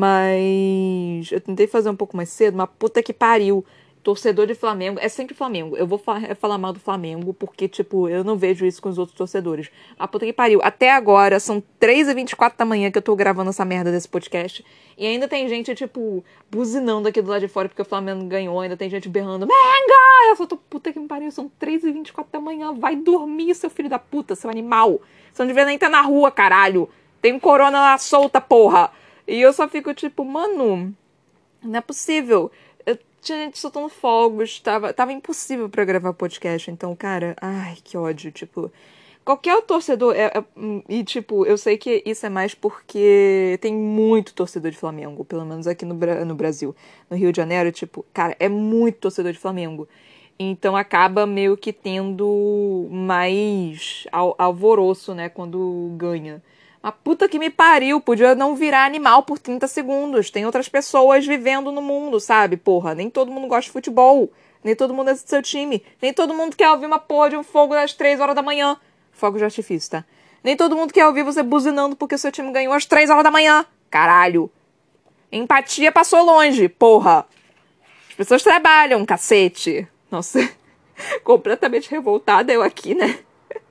Mas eu tentei fazer um pouco mais cedo, mas puta que pariu. Torcedor de Flamengo, é sempre Flamengo. Eu vou fa- falar mal do Flamengo, porque, tipo, eu não vejo isso com os outros torcedores. A puta que pariu. Até agora, são três e vinte e quatro da manhã que eu tô gravando essa merda desse podcast. E ainda tem gente, tipo, buzinando aqui do lado de fora porque o Flamengo ganhou. Ainda tem gente berrando, Menga! Eu só tô, puta que me pariu, são três e vinte e quatro da manhã. Vai dormir, seu filho da puta, seu animal. Você não devia nem estar na rua, caralho. Tem um corona lá solta, porra. E eu só fico, tipo, mano, não é possível. Eu tinha gente soltando fogos, tava, tava impossível pra gravar podcast. Então, cara, ai, que ódio. Tipo, qualquer torcedor. É, é, hum, e, tipo, eu sei que isso é mais porque tem muito torcedor de Flamengo, pelo menos aqui no, Bra- no Brasil. No Rio de Janeiro, tipo, cara, é muito torcedor de Flamengo. Então acaba meio que tendo mais al alvoroço, né, quando ganha. A puta que me pariu, podia não virar animal por trinta segundos. Tem outras pessoas vivendo no mundo, sabe? Porra, nem todo mundo gosta de futebol. Nem todo mundo é do seu time. Nem todo mundo quer ouvir uma porra de um fogo às três horas da manhã. Fogo de artifício, tá? Nem todo mundo quer ouvir você buzinando porque seu time ganhou às três horas da manhã. Caralho. Empatia passou longe, porra. As pessoas trabalham, cacete. Nossa, completamente revoltada eu aqui, né?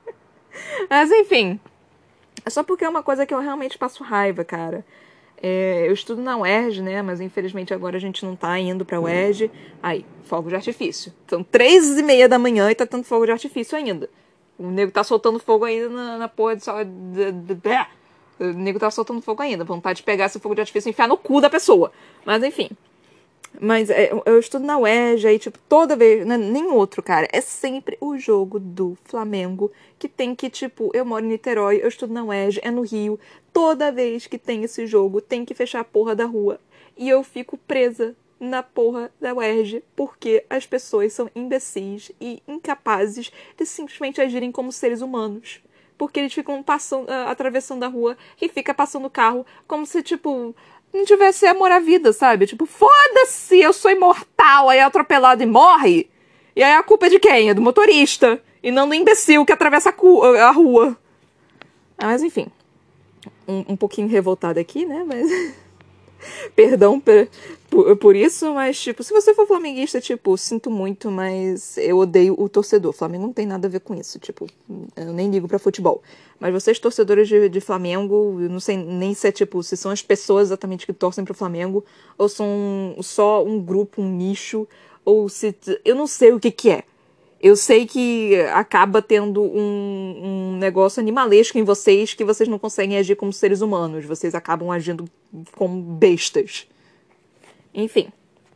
Mas enfim, é só porque é uma coisa que eu realmente passo raiva, cara. É, eu estudo na U E R J, né? Mas infelizmente agora a gente não tá indo pra U E R J. Aí, fogo de artifício. São três e meia da manhã e tá tendo fogo de artifício ainda. O nego tá soltando fogo ainda na, na porra de só. De, de, de, o nego tá soltando fogo ainda. Vontade de pegar esse fogo de artifício e enfiar no cu da pessoa. Mas enfim. Mas é, eu estudo na U E R J, aí, tipo, toda vez, né, nem outro, cara, é sempre o jogo do Flamengo que tem que, tipo, eu moro em Niterói, eu estudo na U E R J, é no Rio, toda vez que tem esse jogo, tem que fechar a porra da rua. E eu fico presa na porra da U E R J porque as pessoas são imbecis e incapazes de simplesmente agirem como seres humanos. Porque eles ficam passando, uh, atravessando a rua e fica passando o carro como se, tipo, não tivesse amor à vida, sabe? Tipo, foda-se, eu sou imortal, aí é atropelado e morre. E aí a culpa é de quem? É do motorista. E não do imbecil que atravessa a, a rua. Ah, mas enfim. Um, um pouquinho revoltada aqui, né? Mas. Perdão por, por, por isso, mas, tipo, se você for flamenguista, tipo, sinto muito, mas eu odeio o torcedor. O Flamengo não tem nada a ver com isso, tipo, eu nem ligo pra futebol. Mas vocês, torcedores de, de Flamengo, eu não sei nem se é, tipo, se são as pessoas exatamente que torcem pro Flamengo, ou são só um grupo, um nicho, ou se... Eu não sei o que que é. Eu sei que acaba tendo um, um negócio animalesco em vocês que vocês não conseguem agir como seres humanos. Vocês acabam agindo como bestas. Enfim.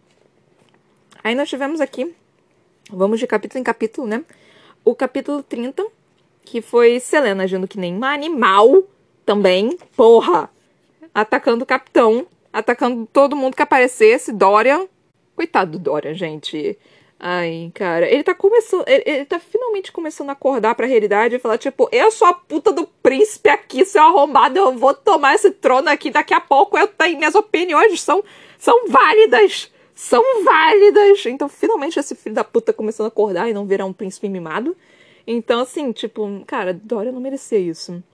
Aí nós tivemos aqui, vamos de capítulo em capítulo, né? O capítulo trinta, que foi Selena agindo que nem uma animal também. Porra! Atacando o capitão, atacando todo mundo que aparecesse. Dorian. Coitado do Dorian, gente. Ai, cara, ele tá começando. Ele, ele tá finalmente começando a acordar pra realidade e falar, tipo, eu sou a puta do príncipe aqui, seu arrombado, eu vou tomar esse trono aqui daqui a pouco. Eu tenho. Minhas opiniões são, são válidas. São válidas. Então, finalmente, esse filho da puta começando a acordar e não virar um príncipe mimado. Então, assim, tipo, cara, Dorian não merecia isso.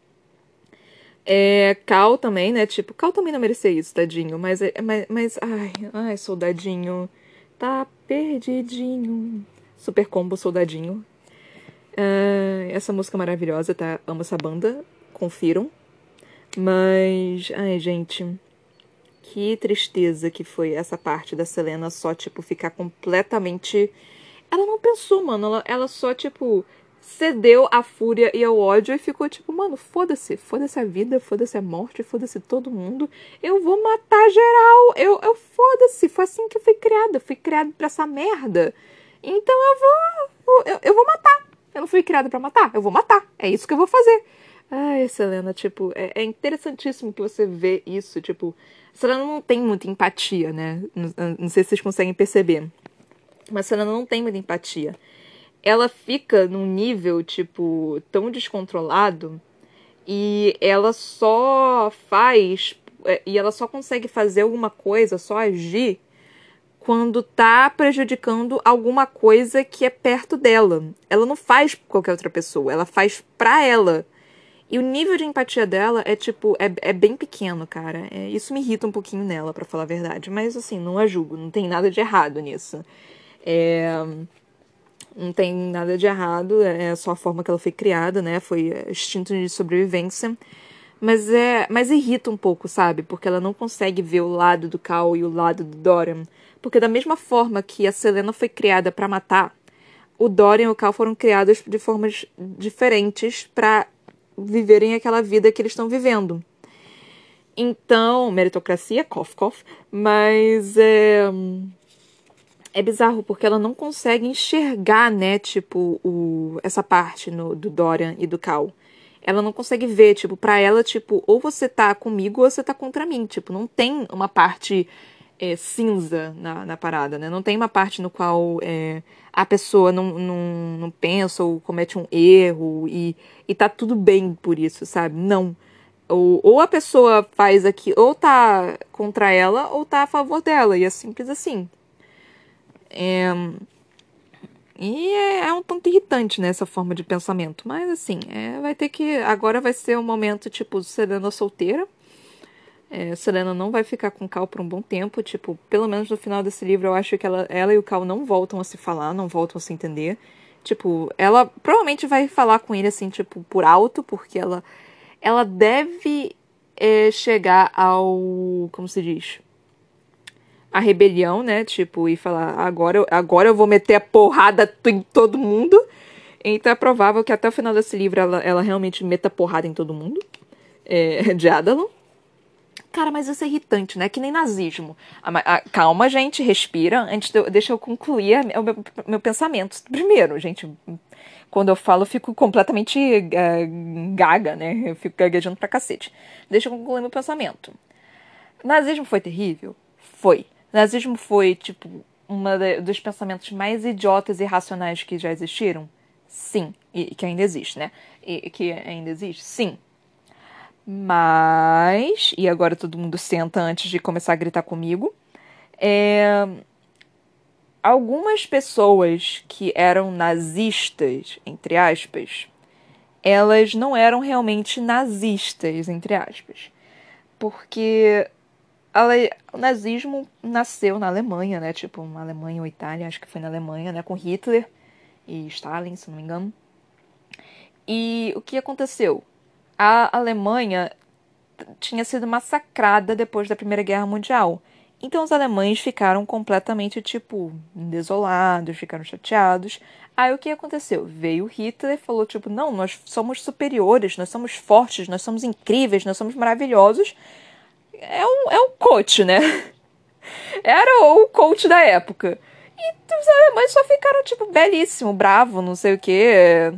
É, Cal também, né? Tipo, Cal também não merecia isso, tadinho. Mas, mas, mas ai, ai, soldadinho. Tá perdidinho. Super combo, soldadinho. Ah, essa música maravilhosa, tá? Amo essa banda. Confiram. Mas, ai, gente. Que tristeza que foi essa parte da Selena só, tipo, ficar completamente. Ela não pensou, mano. Ela, ela só, tipo, cedeu à fúria e ao ódio e ficou tipo, mano, foda-se, foda-se a vida, foda-se a morte, foda-se todo mundo, eu vou matar geral, eu, eu foda-se, foi assim que eu fui criada, eu fui criada pra essa merda, então eu vou, eu, eu vou matar, eu não fui criada pra matar, eu vou matar, é isso que eu vou fazer. Ai, Selena, tipo, é, é interessantíssimo que você vê isso, tipo, Selena não tem muita empatia, né, não, não sei se vocês conseguem perceber, mas Selena não tem muita empatia. Ela fica num nível, tipo, tão descontrolado e ela só faz. E ela só consegue fazer alguma coisa, só agir, quando tá prejudicando alguma coisa que é perto dela. Ela não faz por qualquer outra pessoa, ela faz pra ela. E o nível de empatia dela é, tipo, é, é bem pequeno, cara. É, isso me irrita um pouquinho nela, pra falar a verdade. Mas, assim, não a julgo, não tem nada de errado nisso. É. Não tem nada de errado, é só a forma que ela foi criada, né? Foi instinto de sobrevivência. Mas é, mas irrita um pouco, sabe? Porque ela não consegue ver o lado do Cal e o lado do Dorian. Porque da mesma forma que a Selena foi criada pra matar, o Dorian e o Cal foram criados de formas diferentes pra viverem aquela vida que eles estão vivendo. Então, meritocracia, cough, cough, mas é é bizarro, porque ela não consegue enxergar, né, tipo, o, essa parte no, do Dorian e do Cal. Ela não consegue ver, tipo, pra ela, tipo, ou você tá comigo ou você tá contra mim. Tipo, não tem uma parte é, cinza na, na parada, né? Não tem uma parte no qual é, a pessoa não, não, não pensa ou comete um erro e, e tá tudo bem por isso, sabe? Não. Ou, ou a pessoa faz aqui, ou tá contra ela, ou tá a favor dela. E é simples assim. É, e é, é um tanto irritante, né, essa forma de pensamento. Mas, assim, é, vai ter que... Agora vai ser um momento, tipo, Selena solteira. É, Selena não vai ficar com o Cal por um bom tempo. Tipo, pelo menos no final desse livro, eu acho que ela, ela e o Cal não voltam a se falar, não voltam a se entender. Tipo, ela provavelmente vai falar com ele, assim, tipo, por alto, porque ela, ela deve é, chegar ao... Como se diz? A rebelião, né? Tipo, e falar, agora, agora eu vou meter a porrada em todo mundo. Então é provável que até o final desse livro ela, ela realmente meta porrada em todo mundo. É, de Adalon. Cara, mas isso é irritante, né? Que nem nazismo. A, a, calma, gente, respira. Antes de, deixa eu concluir a, o meu, meu pensamento. Primeiro, gente, quando eu falo, eu fico completamente uh, gaga, né? Eu fico gaguejando pra cacete. Deixa eu concluir meu pensamento. Nazismo foi terrível? Foi. Nazismo foi, tipo, um dos pensamentos mais idiotas e irracionais que já existiram? Sim. E que ainda existe, né? E que ainda existe? Sim. Mas... E agora todo mundo senta antes de começar a gritar comigo. É... Algumas pessoas que eram nazistas, entre aspas, elas não eram realmente nazistas, entre aspas. Porque o nazismo nasceu na Alemanha, né? Tipo, na Alemanha ou Itália, acho que foi na Alemanha, né? Com Hitler e Stalin, se não me engano. E o que aconteceu? A Alemanha tinha sido massacrada depois da Primeira Guerra Mundial. Então os alemães ficaram completamente, tipo, desolados, ficaram chateados. Aí o que aconteceu? Veio Hitler e falou, tipo, não, nós somos superiores, nós somos fortes, nós somos incríveis, nós somos maravilhosos. É um, é um coach, né? Era o coach da época. E os alemães só ficaram, tipo, belíssimo, bravo, não sei o quê.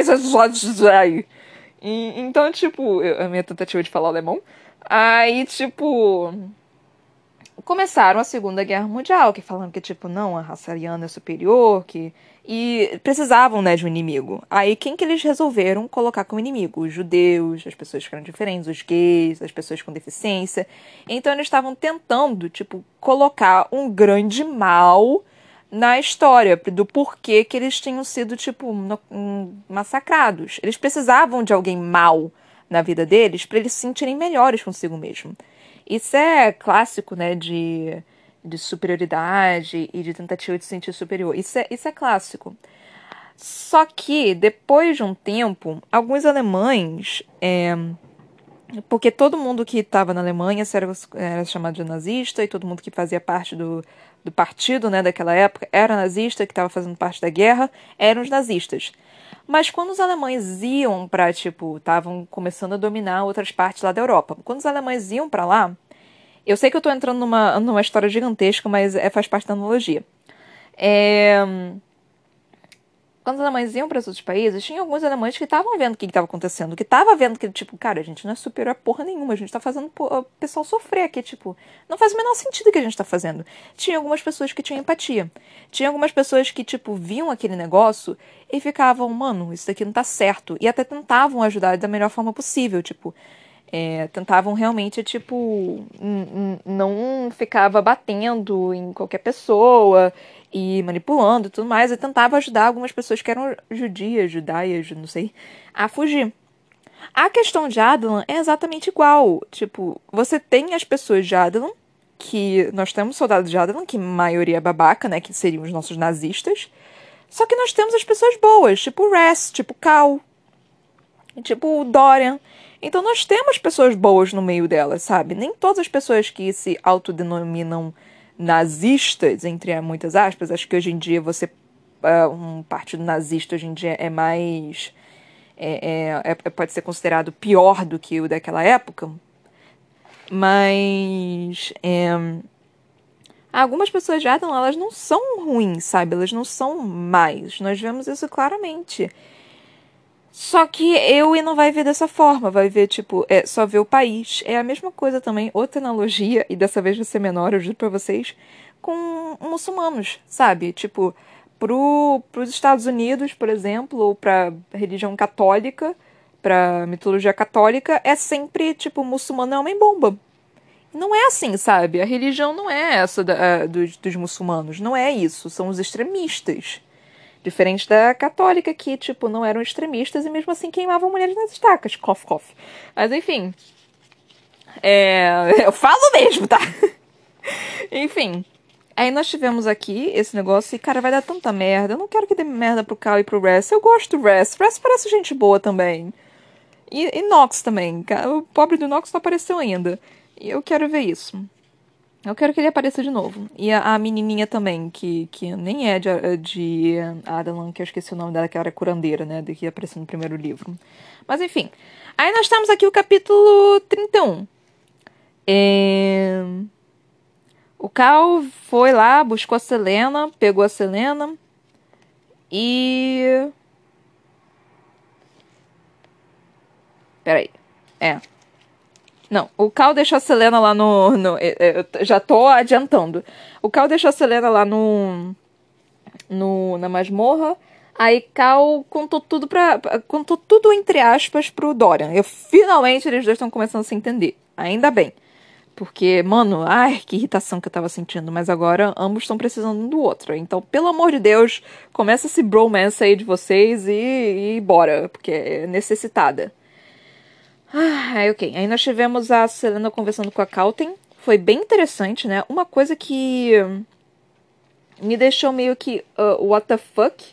E, então, tipo, eu, a minha tentativa de falar alemão. Aí, tipo, começaram a Segunda Guerra Mundial, que falando que, tipo, não, a raça ariana é superior, que... E precisavam, né, de um inimigo. Aí, quem que eles resolveram colocar como inimigo? Os judeus, as pessoas que eram diferentes, os gays, as pessoas com deficiência. Então, eles estavam tentando, tipo, colocar um grande mal na história do porquê que eles tinham sido, tipo, no, um, massacrados. Eles precisavam de alguém mal na vida deles para eles se sentirem melhores consigo mesmo. Isso é clássico, né, de, de superioridade e de tentativa de se sentir superior. Isso é, isso é clássico. Só que, depois de um tempo, alguns alemães... É, porque todo mundo que estava na Alemanha era, era chamado de nazista, e todo mundo que fazia parte do, do partido, né, daquela época era nazista, que estava fazendo parte da guerra, eram os nazistas. Mas quando os alemães iam pra, tipo, estavam começando a dominar outras partes lá da Europa. Quando os alemães iam pra lá, eu sei que eu tô entrando numa, numa história gigantesca, mas é, faz parte da analogia. É... Quando os alemães iam para os outros países, tinha alguns alemães que estavam vendo o que estava acontecendo, que estavam vendo que, tipo, cara, a gente não é superior a porra nenhuma, a gente tá fazendo o pessoal sofrer aqui, tipo, não faz o menor sentido o que a gente tá fazendo. Tinha algumas pessoas que tinham empatia. Tinha algumas pessoas que, tipo, viam aquele negócio e ficavam, mano, isso daqui não tá certo. E até tentavam ajudar da melhor forma possível, tipo, é, tentavam realmente, tipo, n- n- não ficava batendo em qualquer pessoa e manipulando e tudo mais, e tentava ajudar algumas pessoas que eram judias, judaias, não sei, a fugir. A questão de Adlan é exatamente igual. Tipo, você tem as pessoas de Adlan, que nós temos soldados de Adlan, que a maioria é babaca, né, que seriam os nossos nazistas, só que nós temos as pessoas boas, tipo o Ress, tipo o Cal, tipo o Dorian. Então nós temos pessoas boas no meio delas, sabe? Nem todas as pessoas que se autodenominam nazistas, entre muitas aspas, acho que hoje em dia você. Uh, um partido nazista hoje em dia é mais. É, é, é, pode ser considerado pior do que o daquela época. Mas. É, algumas pessoas já elas não são ruins, sabe? Elas não são más. Nós vemos isso claramente. Só que eu e não vai ver dessa forma, vai ver, tipo, é, só ver o país. É a mesma coisa também, outra analogia, e dessa vez vai ser menor, eu juro pra vocês, com muçulmanos, sabe? Tipo, pro, pros Estados Unidos, por exemplo, ou pra religião católica, pra mitologia católica, é sempre, tipo, muçulmano é homem-bomba. Não é assim, sabe? A religião não é essa da, dos, dos muçulmanos, não é isso, são os extremistas. Diferente da católica, que, tipo, não eram extremistas e mesmo assim queimavam mulheres nas estacas. Cof, cof. Mas, enfim. É... Eu falo mesmo, tá? Enfim. Aí nós tivemos aqui esse negócio e, cara, vai dar tanta merda. Eu não quero que dê merda pro Cal e pro Ress. Eu gosto do Ress. Ress parece gente boa também. E, e Nox também. O pobre do Nox não apareceu ainda. E eu quero ver isso. Eu quero que ele apareça de novo. E a, a menininha também, que, que nem é de, de Adalan, que eu esqueci o nome dela, que era curandeira, né? De que apareceu no primeiro livro. Mas enfim. Aí nós temos aqui o capítulo trinta e um. É... O Cal foi lá, buscou a Selena, pegou a Selena e... Peraí. É. Não, o Cal deixou a Selena lá no... no eu já tô adiantando. O Cal deixou a Selena lá no... no, na masmorra. Aí Cal contou tudo pra. Contou tudo entre aspas pro Dorian. Eu finalmente eles dois estão começando a se entender. Ainda bem. Porque, mano, ai, que irritação que eu tava sentindo. Mas agora ambos estão precisando um do outro. Então, pelo amor de Deus, começa esse bromance aí de vocês e, e bora. Porque é necessitada. Ah, aí ok. Aí nós tivemos a Selena conversando com a Calten. Foi bem interessante, né? Uma coisa que me deixou meio que uh, what the fuck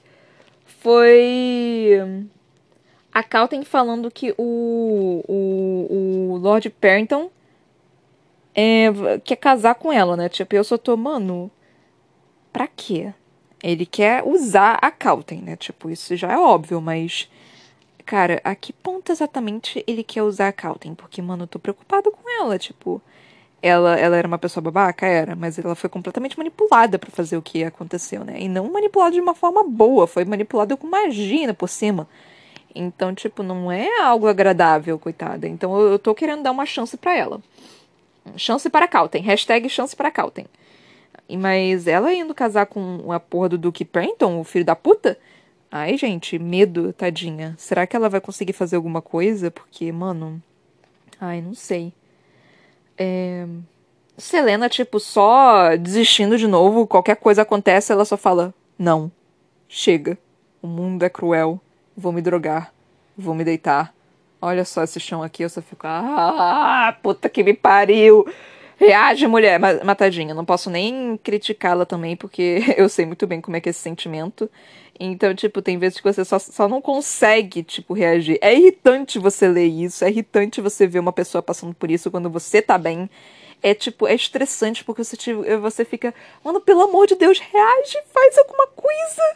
foi a Calten falando que o, o, o Lord Perrington é, quer casar com ela, né? Tipo, eu só tô, mano, pra quê? Ele quer usar a Calten, né? Tipo, isso já é óbvio, mas... Cara, a que ponto exatamente ele quer usar a Calten? Porque, mano, eu tô preocupado com ela, tipo... Ela, ela era uma pessoa babaca? Era, mas ela foi completamente manipulada pra fazer o que aconteceu, né? E não manipulada de uma forma boa, foi manipulada com magia por cima. Então, tipo, não é algo agradável, coitada. Então eu, eu tô querendo dar uma chance pra ela. Chance para Calten. Hashtag chance para Calten. E, mas ela indo casar com a porra do Duke Prenton, o filho da puta? Ai, gente, medo, tadinha. Será que ela vai conseguir fazer alguma coisa? Porque, mano... Ai, não sei. É... Selena, tipo, só desistindo de novo. Qualquer coisa acontece, ela só fala... Não. Chega. O mundo é cruel. Vou me drogar. Vou me deitar. Olha só esse chão aqui, eu só fico... Ah, puta que me pariu! Reage, mulher! Mas, mas tadinha, não posso nem criticá-la também, porque eu sei muito bem como é que é esse sentimento. Então, tipo, tem vezes que você só, só não consegue, tipo, reagir. É irritante você ler isso, é irritante você ver uma pessoa passando por isso quando você tá bem. É, tipo, é estressante porque você, tipo, você fica... Mano, pelo amor de Deus, reage, faz alguma coisa!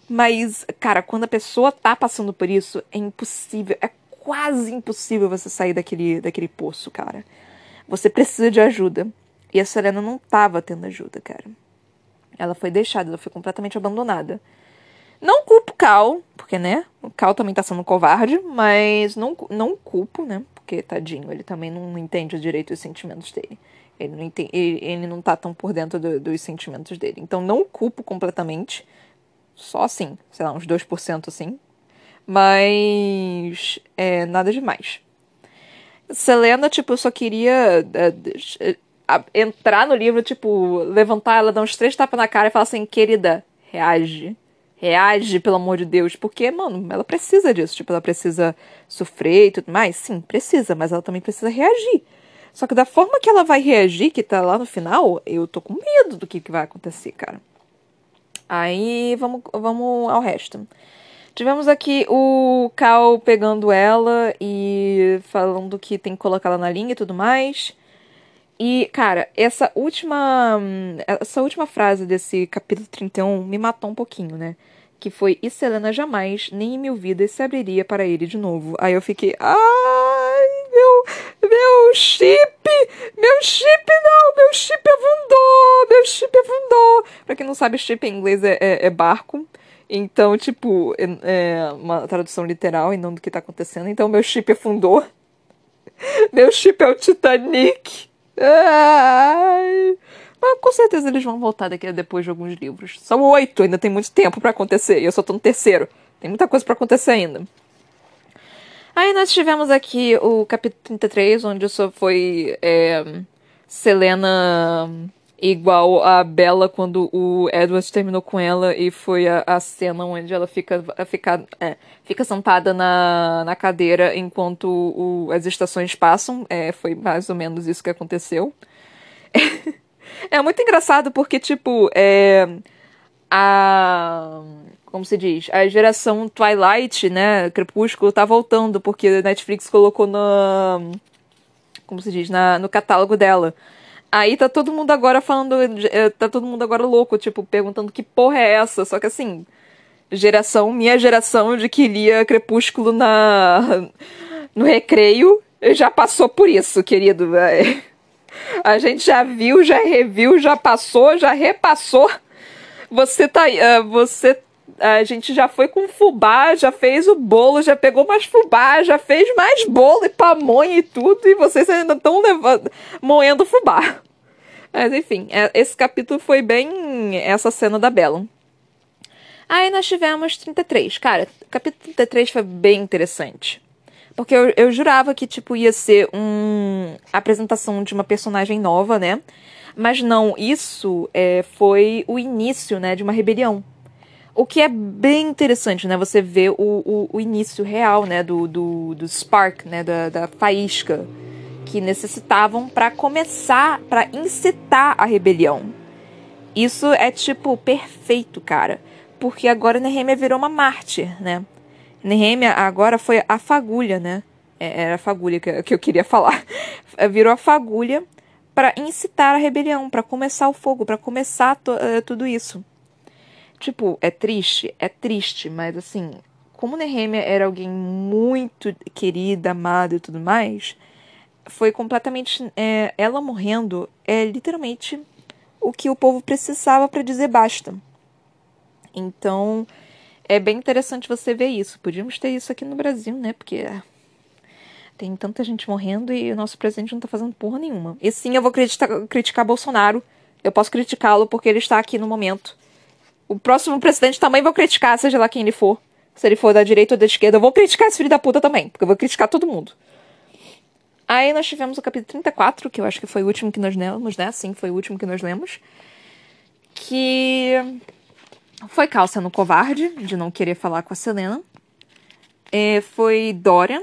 Mas, cara, quando a pessoa tá passando por isso, é impossível, é quase impossível você sair daquele, daquele poço, cara. Você precisa de ajuda. E a Selena não tava tendo ajuda, cara. Ela foi deixada, ela foi completamente abandonada. Não culpo o Cal, porque, né, o Cal também tá sendo covarde, mas não, não culpo, né, porque, tadinho, ele também não entende direito os sentimentos dele. Ele não, entende, ele, ele não tá tão por dentro do, dos sentimentos dele. Então, não culpo completamente. Só assim, sei lá, uns dois por cento assim. Mas é nada demais. Selena, tipo, eu só queria é, a, entrar no livro, tipo, levantar ela, dar uns três tapas na cara e falar assim, querida, reage. Reage, pelo amor de Deus. Porque, mano, ela precisa disso. Tipo, ela precisa sofrer e tudo mais. Sim, precisa, mas ela também precisa reagir. Só que da forma que ela vai reagir, que tá lá no final, eu tô com medo do que, que vai acontecer, cara. Aí, vamos, vamos ao resto. Tivemos aqui o Cal pegando ela e falando que tem que colocar ela na linha e tudo mais. E, cara, essa última. Essa última frase desse capítulo trinta e um me matou um pouquinho, né? Que foi: E Selena jamais, nem em mil vidas, se abriria para ele de novo. Aí eu fiquei. Ai, meu. Meu chip! Meu chip não! Meu chip afundou! Meu chip afundou! Pra quem não sabe, chip em inglês é, é, é barco. Então, tipo, é, é uma tradução literal e não do que tá acontecendo. Então, meu chip afundou. Meu chip é o Titanic. Ai. Mas com certeza eles vão voltar daqui a depois de alguns livros. São oito, ainda tem muito tempo pra acontecer. E eu só tô no terceiro. Tem muita coisa pra acontecer ainda. Aí nós tivemos aqui o capítulo trinta e três, onde só foi é, Selena igual a Bella quando o Edward terminou com ela e foi a, a cena onde ela fica, fica, é, fica sentada na, na cadeira enquanto o, as estações passam. É, foi mais ou menos isso que aconteceu. É muito engraçado porque, tipo, é, a... Como se diz? A geração Twilight, né? Crepúsculo tá voltando, porque a Netflix colocou na... Como se diz? Na, no catálogo dela. Aí tá todo mundo agora falando... Tá todo mundo agora louco, tipo, perguntando que porra é essa? Só que assim... Geração, minha geração de que lia Crepúsculo na... No recreio, já passou por isso, querido. A gente já viu, já reviu, já passou, já repassou. Você tá. Uh, você. A gente já foi com fubá, já fez o bolo, já pegou mais fubá, já fez mais bolo e pamonha e tudo, e vocês ainda estão levando, moendo fubá. Mas enfim, é, esse capítulo foi bem essa cena da Bella. Aí nós tivemos trinta e três. Cara, o capítulo trinta e três foi bem interessante. Porque eu, eu jurava que, tipo, ia ser um apresentação de uma personagem nova, né? Mas não, isso é, foi o início, né, de uma rebelião. O que é bem interessante, né? Você vê o, o, o início real, né? Do, do, do spark, né? Da, da faísca que necessitavam para começar, para incitar a rebelião. Isso é, tipo, perfeito, cara. Porque agora Nehemia virou uma mártir, né? Nehemia agora foi a fagulha, né? Era a fagulha que, que eu queria falar. Virou a fagulha para incitar a rebelião, para começar o fogo, para começar to, uh, tudo isso. Tipo, é triste? É triste, mas assim, como Nehemia era alguém muito querida, amada e tudo mais, foi completamente... É, ela morrendo é literalmente o que o povo precisava para dizer basta. Então, é bem interessante você ver isso. Podíamos ter isso aqui no Brasil, né? Porque tem tanta gente morrendo e o nosso presidente não tá fazendo porra nenhuma. E sim, eu vou criticar, criticar Bolsonaro. Eu posso criticá-lo porque ele está aqui no momento. O próximo presidente também vou criticar, seja lá quem ele for. Se ele for da direita ou da esquerda, eu vou criticar esse filho da puta também. Porque eu vou criticar todo mundo. Aí nós tivemos o capítulo trinta e quatro, que eu acho que foi o último que nós lemos, né? Sim, foi o último que nós lemos. Que foi Cal sendo covarde, de não querer falar com a Selena. É, foi Dorian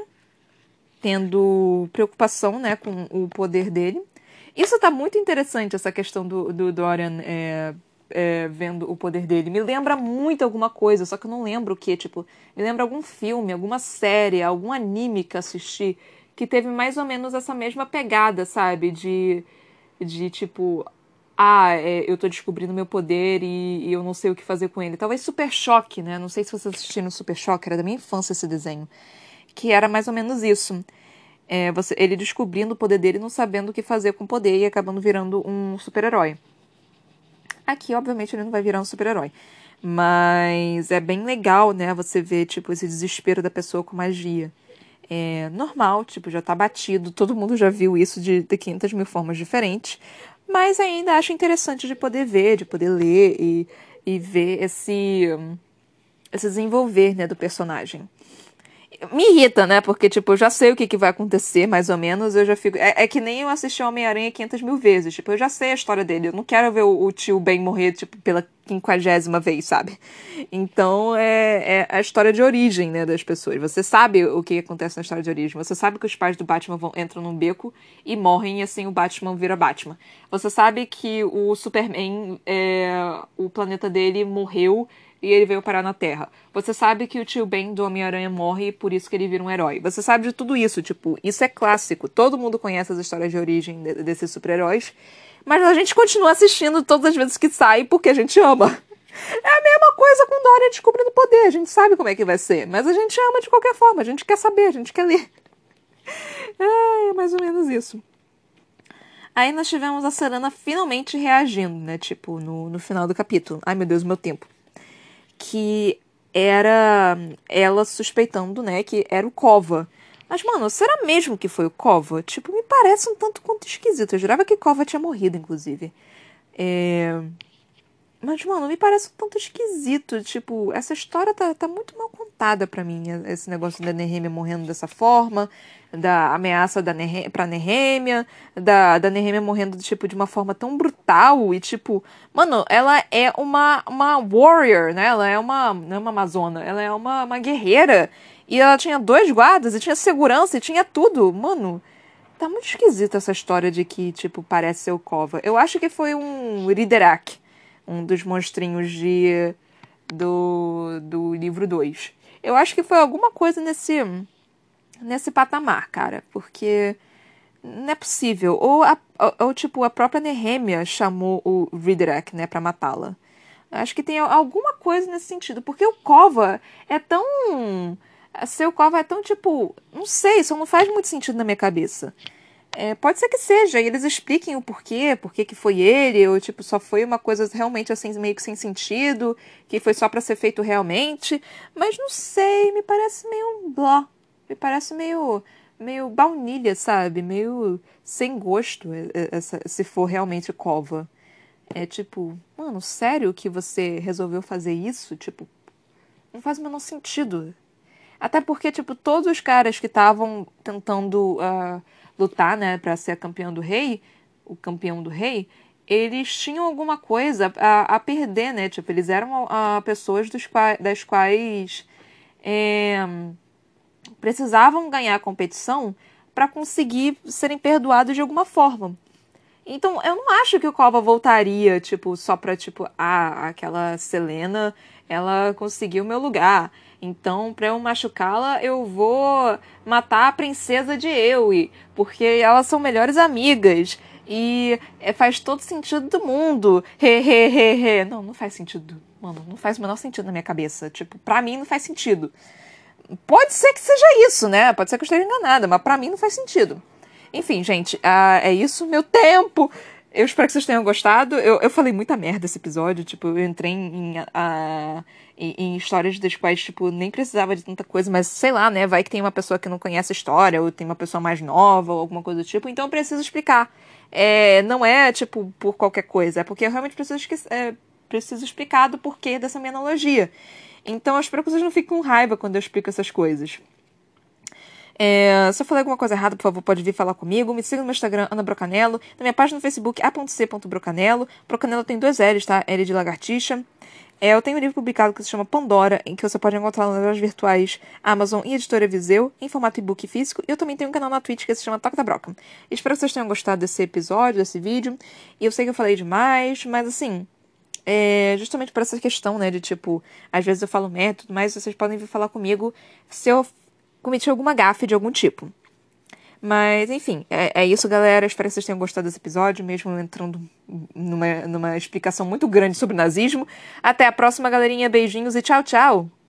tendo preocupação, né, com o poder dele. Isso tá muito interessante, essa questão do, do Dorian é, é, vendo o poder dele. Me lembra muito alguma coisa, só que eu não lembro o que, tipo, me lembra algum filme, alguma série, algum anime que assisti, que teve mais ou menos essa mesma pegada, sabe? De, de tipo, ah, é, eu tô descobrindo meu poder e, e eu não sei o que fazer com ele. Talvez Super Choque, né? Não sei se vocês assistiram Super Choque, era da minha infância esse desenho. Que era mais ou menos isso. É, você, ele descobrindo o poder dele, não sabendo o que fazer com o poder e acabando virando um super-herói. Aqui, obviamente, ele não vai virar um super-herói. Mas é bem legal, né? Você ver, tipo, esse desespero da pessoa com magia. É normal, tipo, já tá batido. Todo mundo já viu isso de, de quinhentas mil formas diferentes. Mas ainda acho interessante de poder ver, de poder ler e, e ver esse, esse desenvolver, né, do personagem. Me irrita, né? Porque, tipo, eu já sei o que, que vai acontecer, mais ou menos. Eu já fico. É, é que nem eu assisti Homem-Aranha quinhentas mil vezes. Tipo, eu já sei a história dele. Eu não quero ver o, o tio Ben morrer, tipo, pela quinquagésima vez, sabe? Então, é, é a história de origem, né, das pessoas. Você sabe o que acontece na história de origem. Você sabe que os pais do Batman vão, entram num beco e morrem, e assim o Batman vira Batman. Você sabe que o Superman, é, o planeta dele morreu e ele veio parar na Terra. Você sabe que o tio Ben do Homem-Aranha morre e por isso que ele vira um herói. Você sabe de tudo isso, tipo, isso é clássico. Todo mundo conhece as histórias de origem de- desses super-heróis, mas a gente continua assistindo todas as vezes que sai porque a gente ama. É a mesma coisa com Dora descobrindo poder. A gente sabe como é que vai ser, mas a gente ama de qualquer forma. A gente quer saber, a gente quer ler. É, é mais ou menos isso. Aí nós tivemos a Serana finalmente reagindo, né? Tipo, no, no final do capítulo. Ai, meu Deus, meu tempo. Que era ela suspeitando, né, que era o Kova. Mas, mano, será mesmo que foi o Kova? Tipo, me parece um tanto quanto esquisito. Eu jurava que Kova tinha morrido, inclusive. É... Mas, mano, me parece um tanto esquisito. Tipo, essa história tá, tá muito mal contada pra mim. Esse negócio da Nehemia morrendo dessa forma, da ameaça da Nehe pra Nehemia, da, da Nehemia morrendo, tipo, de uma forma tão brutal. E, tipo, mano, ela é uma, uma warrior, né? Ela é uma, não é uma amazona, ela é uma, uma guerreira. E ela tinha dois guardas, e tinha segurança, e tinha tudo. Mano, tá muito esquisita essa história de que, tipo, parece ser o Kova. Eu acho que foi um Riderak, um dos monstrinhos de, do, do livro dois. Eu acho que foi alguma coisa nesse, nesse patamar, cara. Porque não é possível. Ou, a, ou, ou tipo, a própria Nehemia chamou o Riderak, né, pra matá-la. Acho que tem alguma coisa nesse sentido. Porque o Kova é tão... Seu Kova é tão, tipo... Não sei, isso não faz muito sentido na minha cabeça. É, pode ser que seja, e eles expliquem o porquê, porquê que foi ele, ou tipo, só foi uma coisa realmente assim, meio que sem sentido, que foi só pra ser feito realmente, mas não sei, me parece meio blá, me parece meio, meio baunilha, sabe, meio sem gosto, é, é, essa, se for realmente Kova. É tipo, mano, sério que você resolveu fazer isso? Tipo, não faz o menor sentido. Até porque, tipo, todos os caras que estavam tentando uh, lutar, né, pra ser a campeã do rei, o campeão do rei, eles tinham alguma coisa a, a perder, né? Tipo, eles eram uh, pessoas dos qua das quais é, precisavam ganhar a competição para conseguir serem perdoados de alguma forma. Então, eu não acho que o Kova voltaria, tipo, só pra, tipo, ah, aquela Selena, ela conseguiu meu lugar. Então, pra eu machucá-la, eu vou matar a princesa de Ewe, porque elas são melhores amigas. E é, faz todo sentido do mundo. He, he, he, he. Não, não faz sentido. Mano, não faz o menor sentido na minha cabeça. Tipo, pra mim não faz sentido. Pode ser que seja isso, né? Pode ser que eu esteja enganada, mas pra mim não faz sentido. Enfim, gente, uh, é isso. Meu tempo! Eu espero que vocês tenham gostado. Eu, eu falei muita merda esse episódio. Tipo, eu entrei em, uh, em, em histórias das quais, tipo, nem precisava de tanta coisa. Mas, sei lá, né? Vai que tem uma pessoa que não conhece a história. Ou tem uma pessoa mais nova. Ou alguma coisa do tipo. Então eu preciso explicar. É, não é, tipo, por qualquer coisa. É porque eu realmente preciso, é, preciso explicar do porquê dessa minha analogia. Então eu espero que vocês não fiquem com raiva quando eu explico essas coisas. É, se eu falei alguma coisa errada, por favor, pode vir falar comigo. Me siga no meu Instagram, Ana Brocanello. Na minha página no Facebook, a ponto c ponto brocanello. Brocanello tem dois L's, tá? L de lagartixa. É, eu tenho um livro publicado que se chama Pandora, em que você pode encontrar nas lojas virtuais Amazon e Editora Viseu, em formato e-book físico. E eu também tenho um canal na Twitch que se chama Toca da Broca. Espero que vocês tenham gostado desse episódio, desse vídeo. E eu sei que eu falei demais, mas assim... É justamente por essa questão, né, de tipo, às vezes eu falo método, mas vocês podem vir falar comigo se eu cometi alguma gafe de algum tipo. Mas, enfim, é, é isso, galera. Espero que vocês tenham gostado desse episódio, mesmo entrando numa, numa explicação muito grande sobre o nazismo. Até a próxima, galerinha. Beijinhos e tchau, tchau!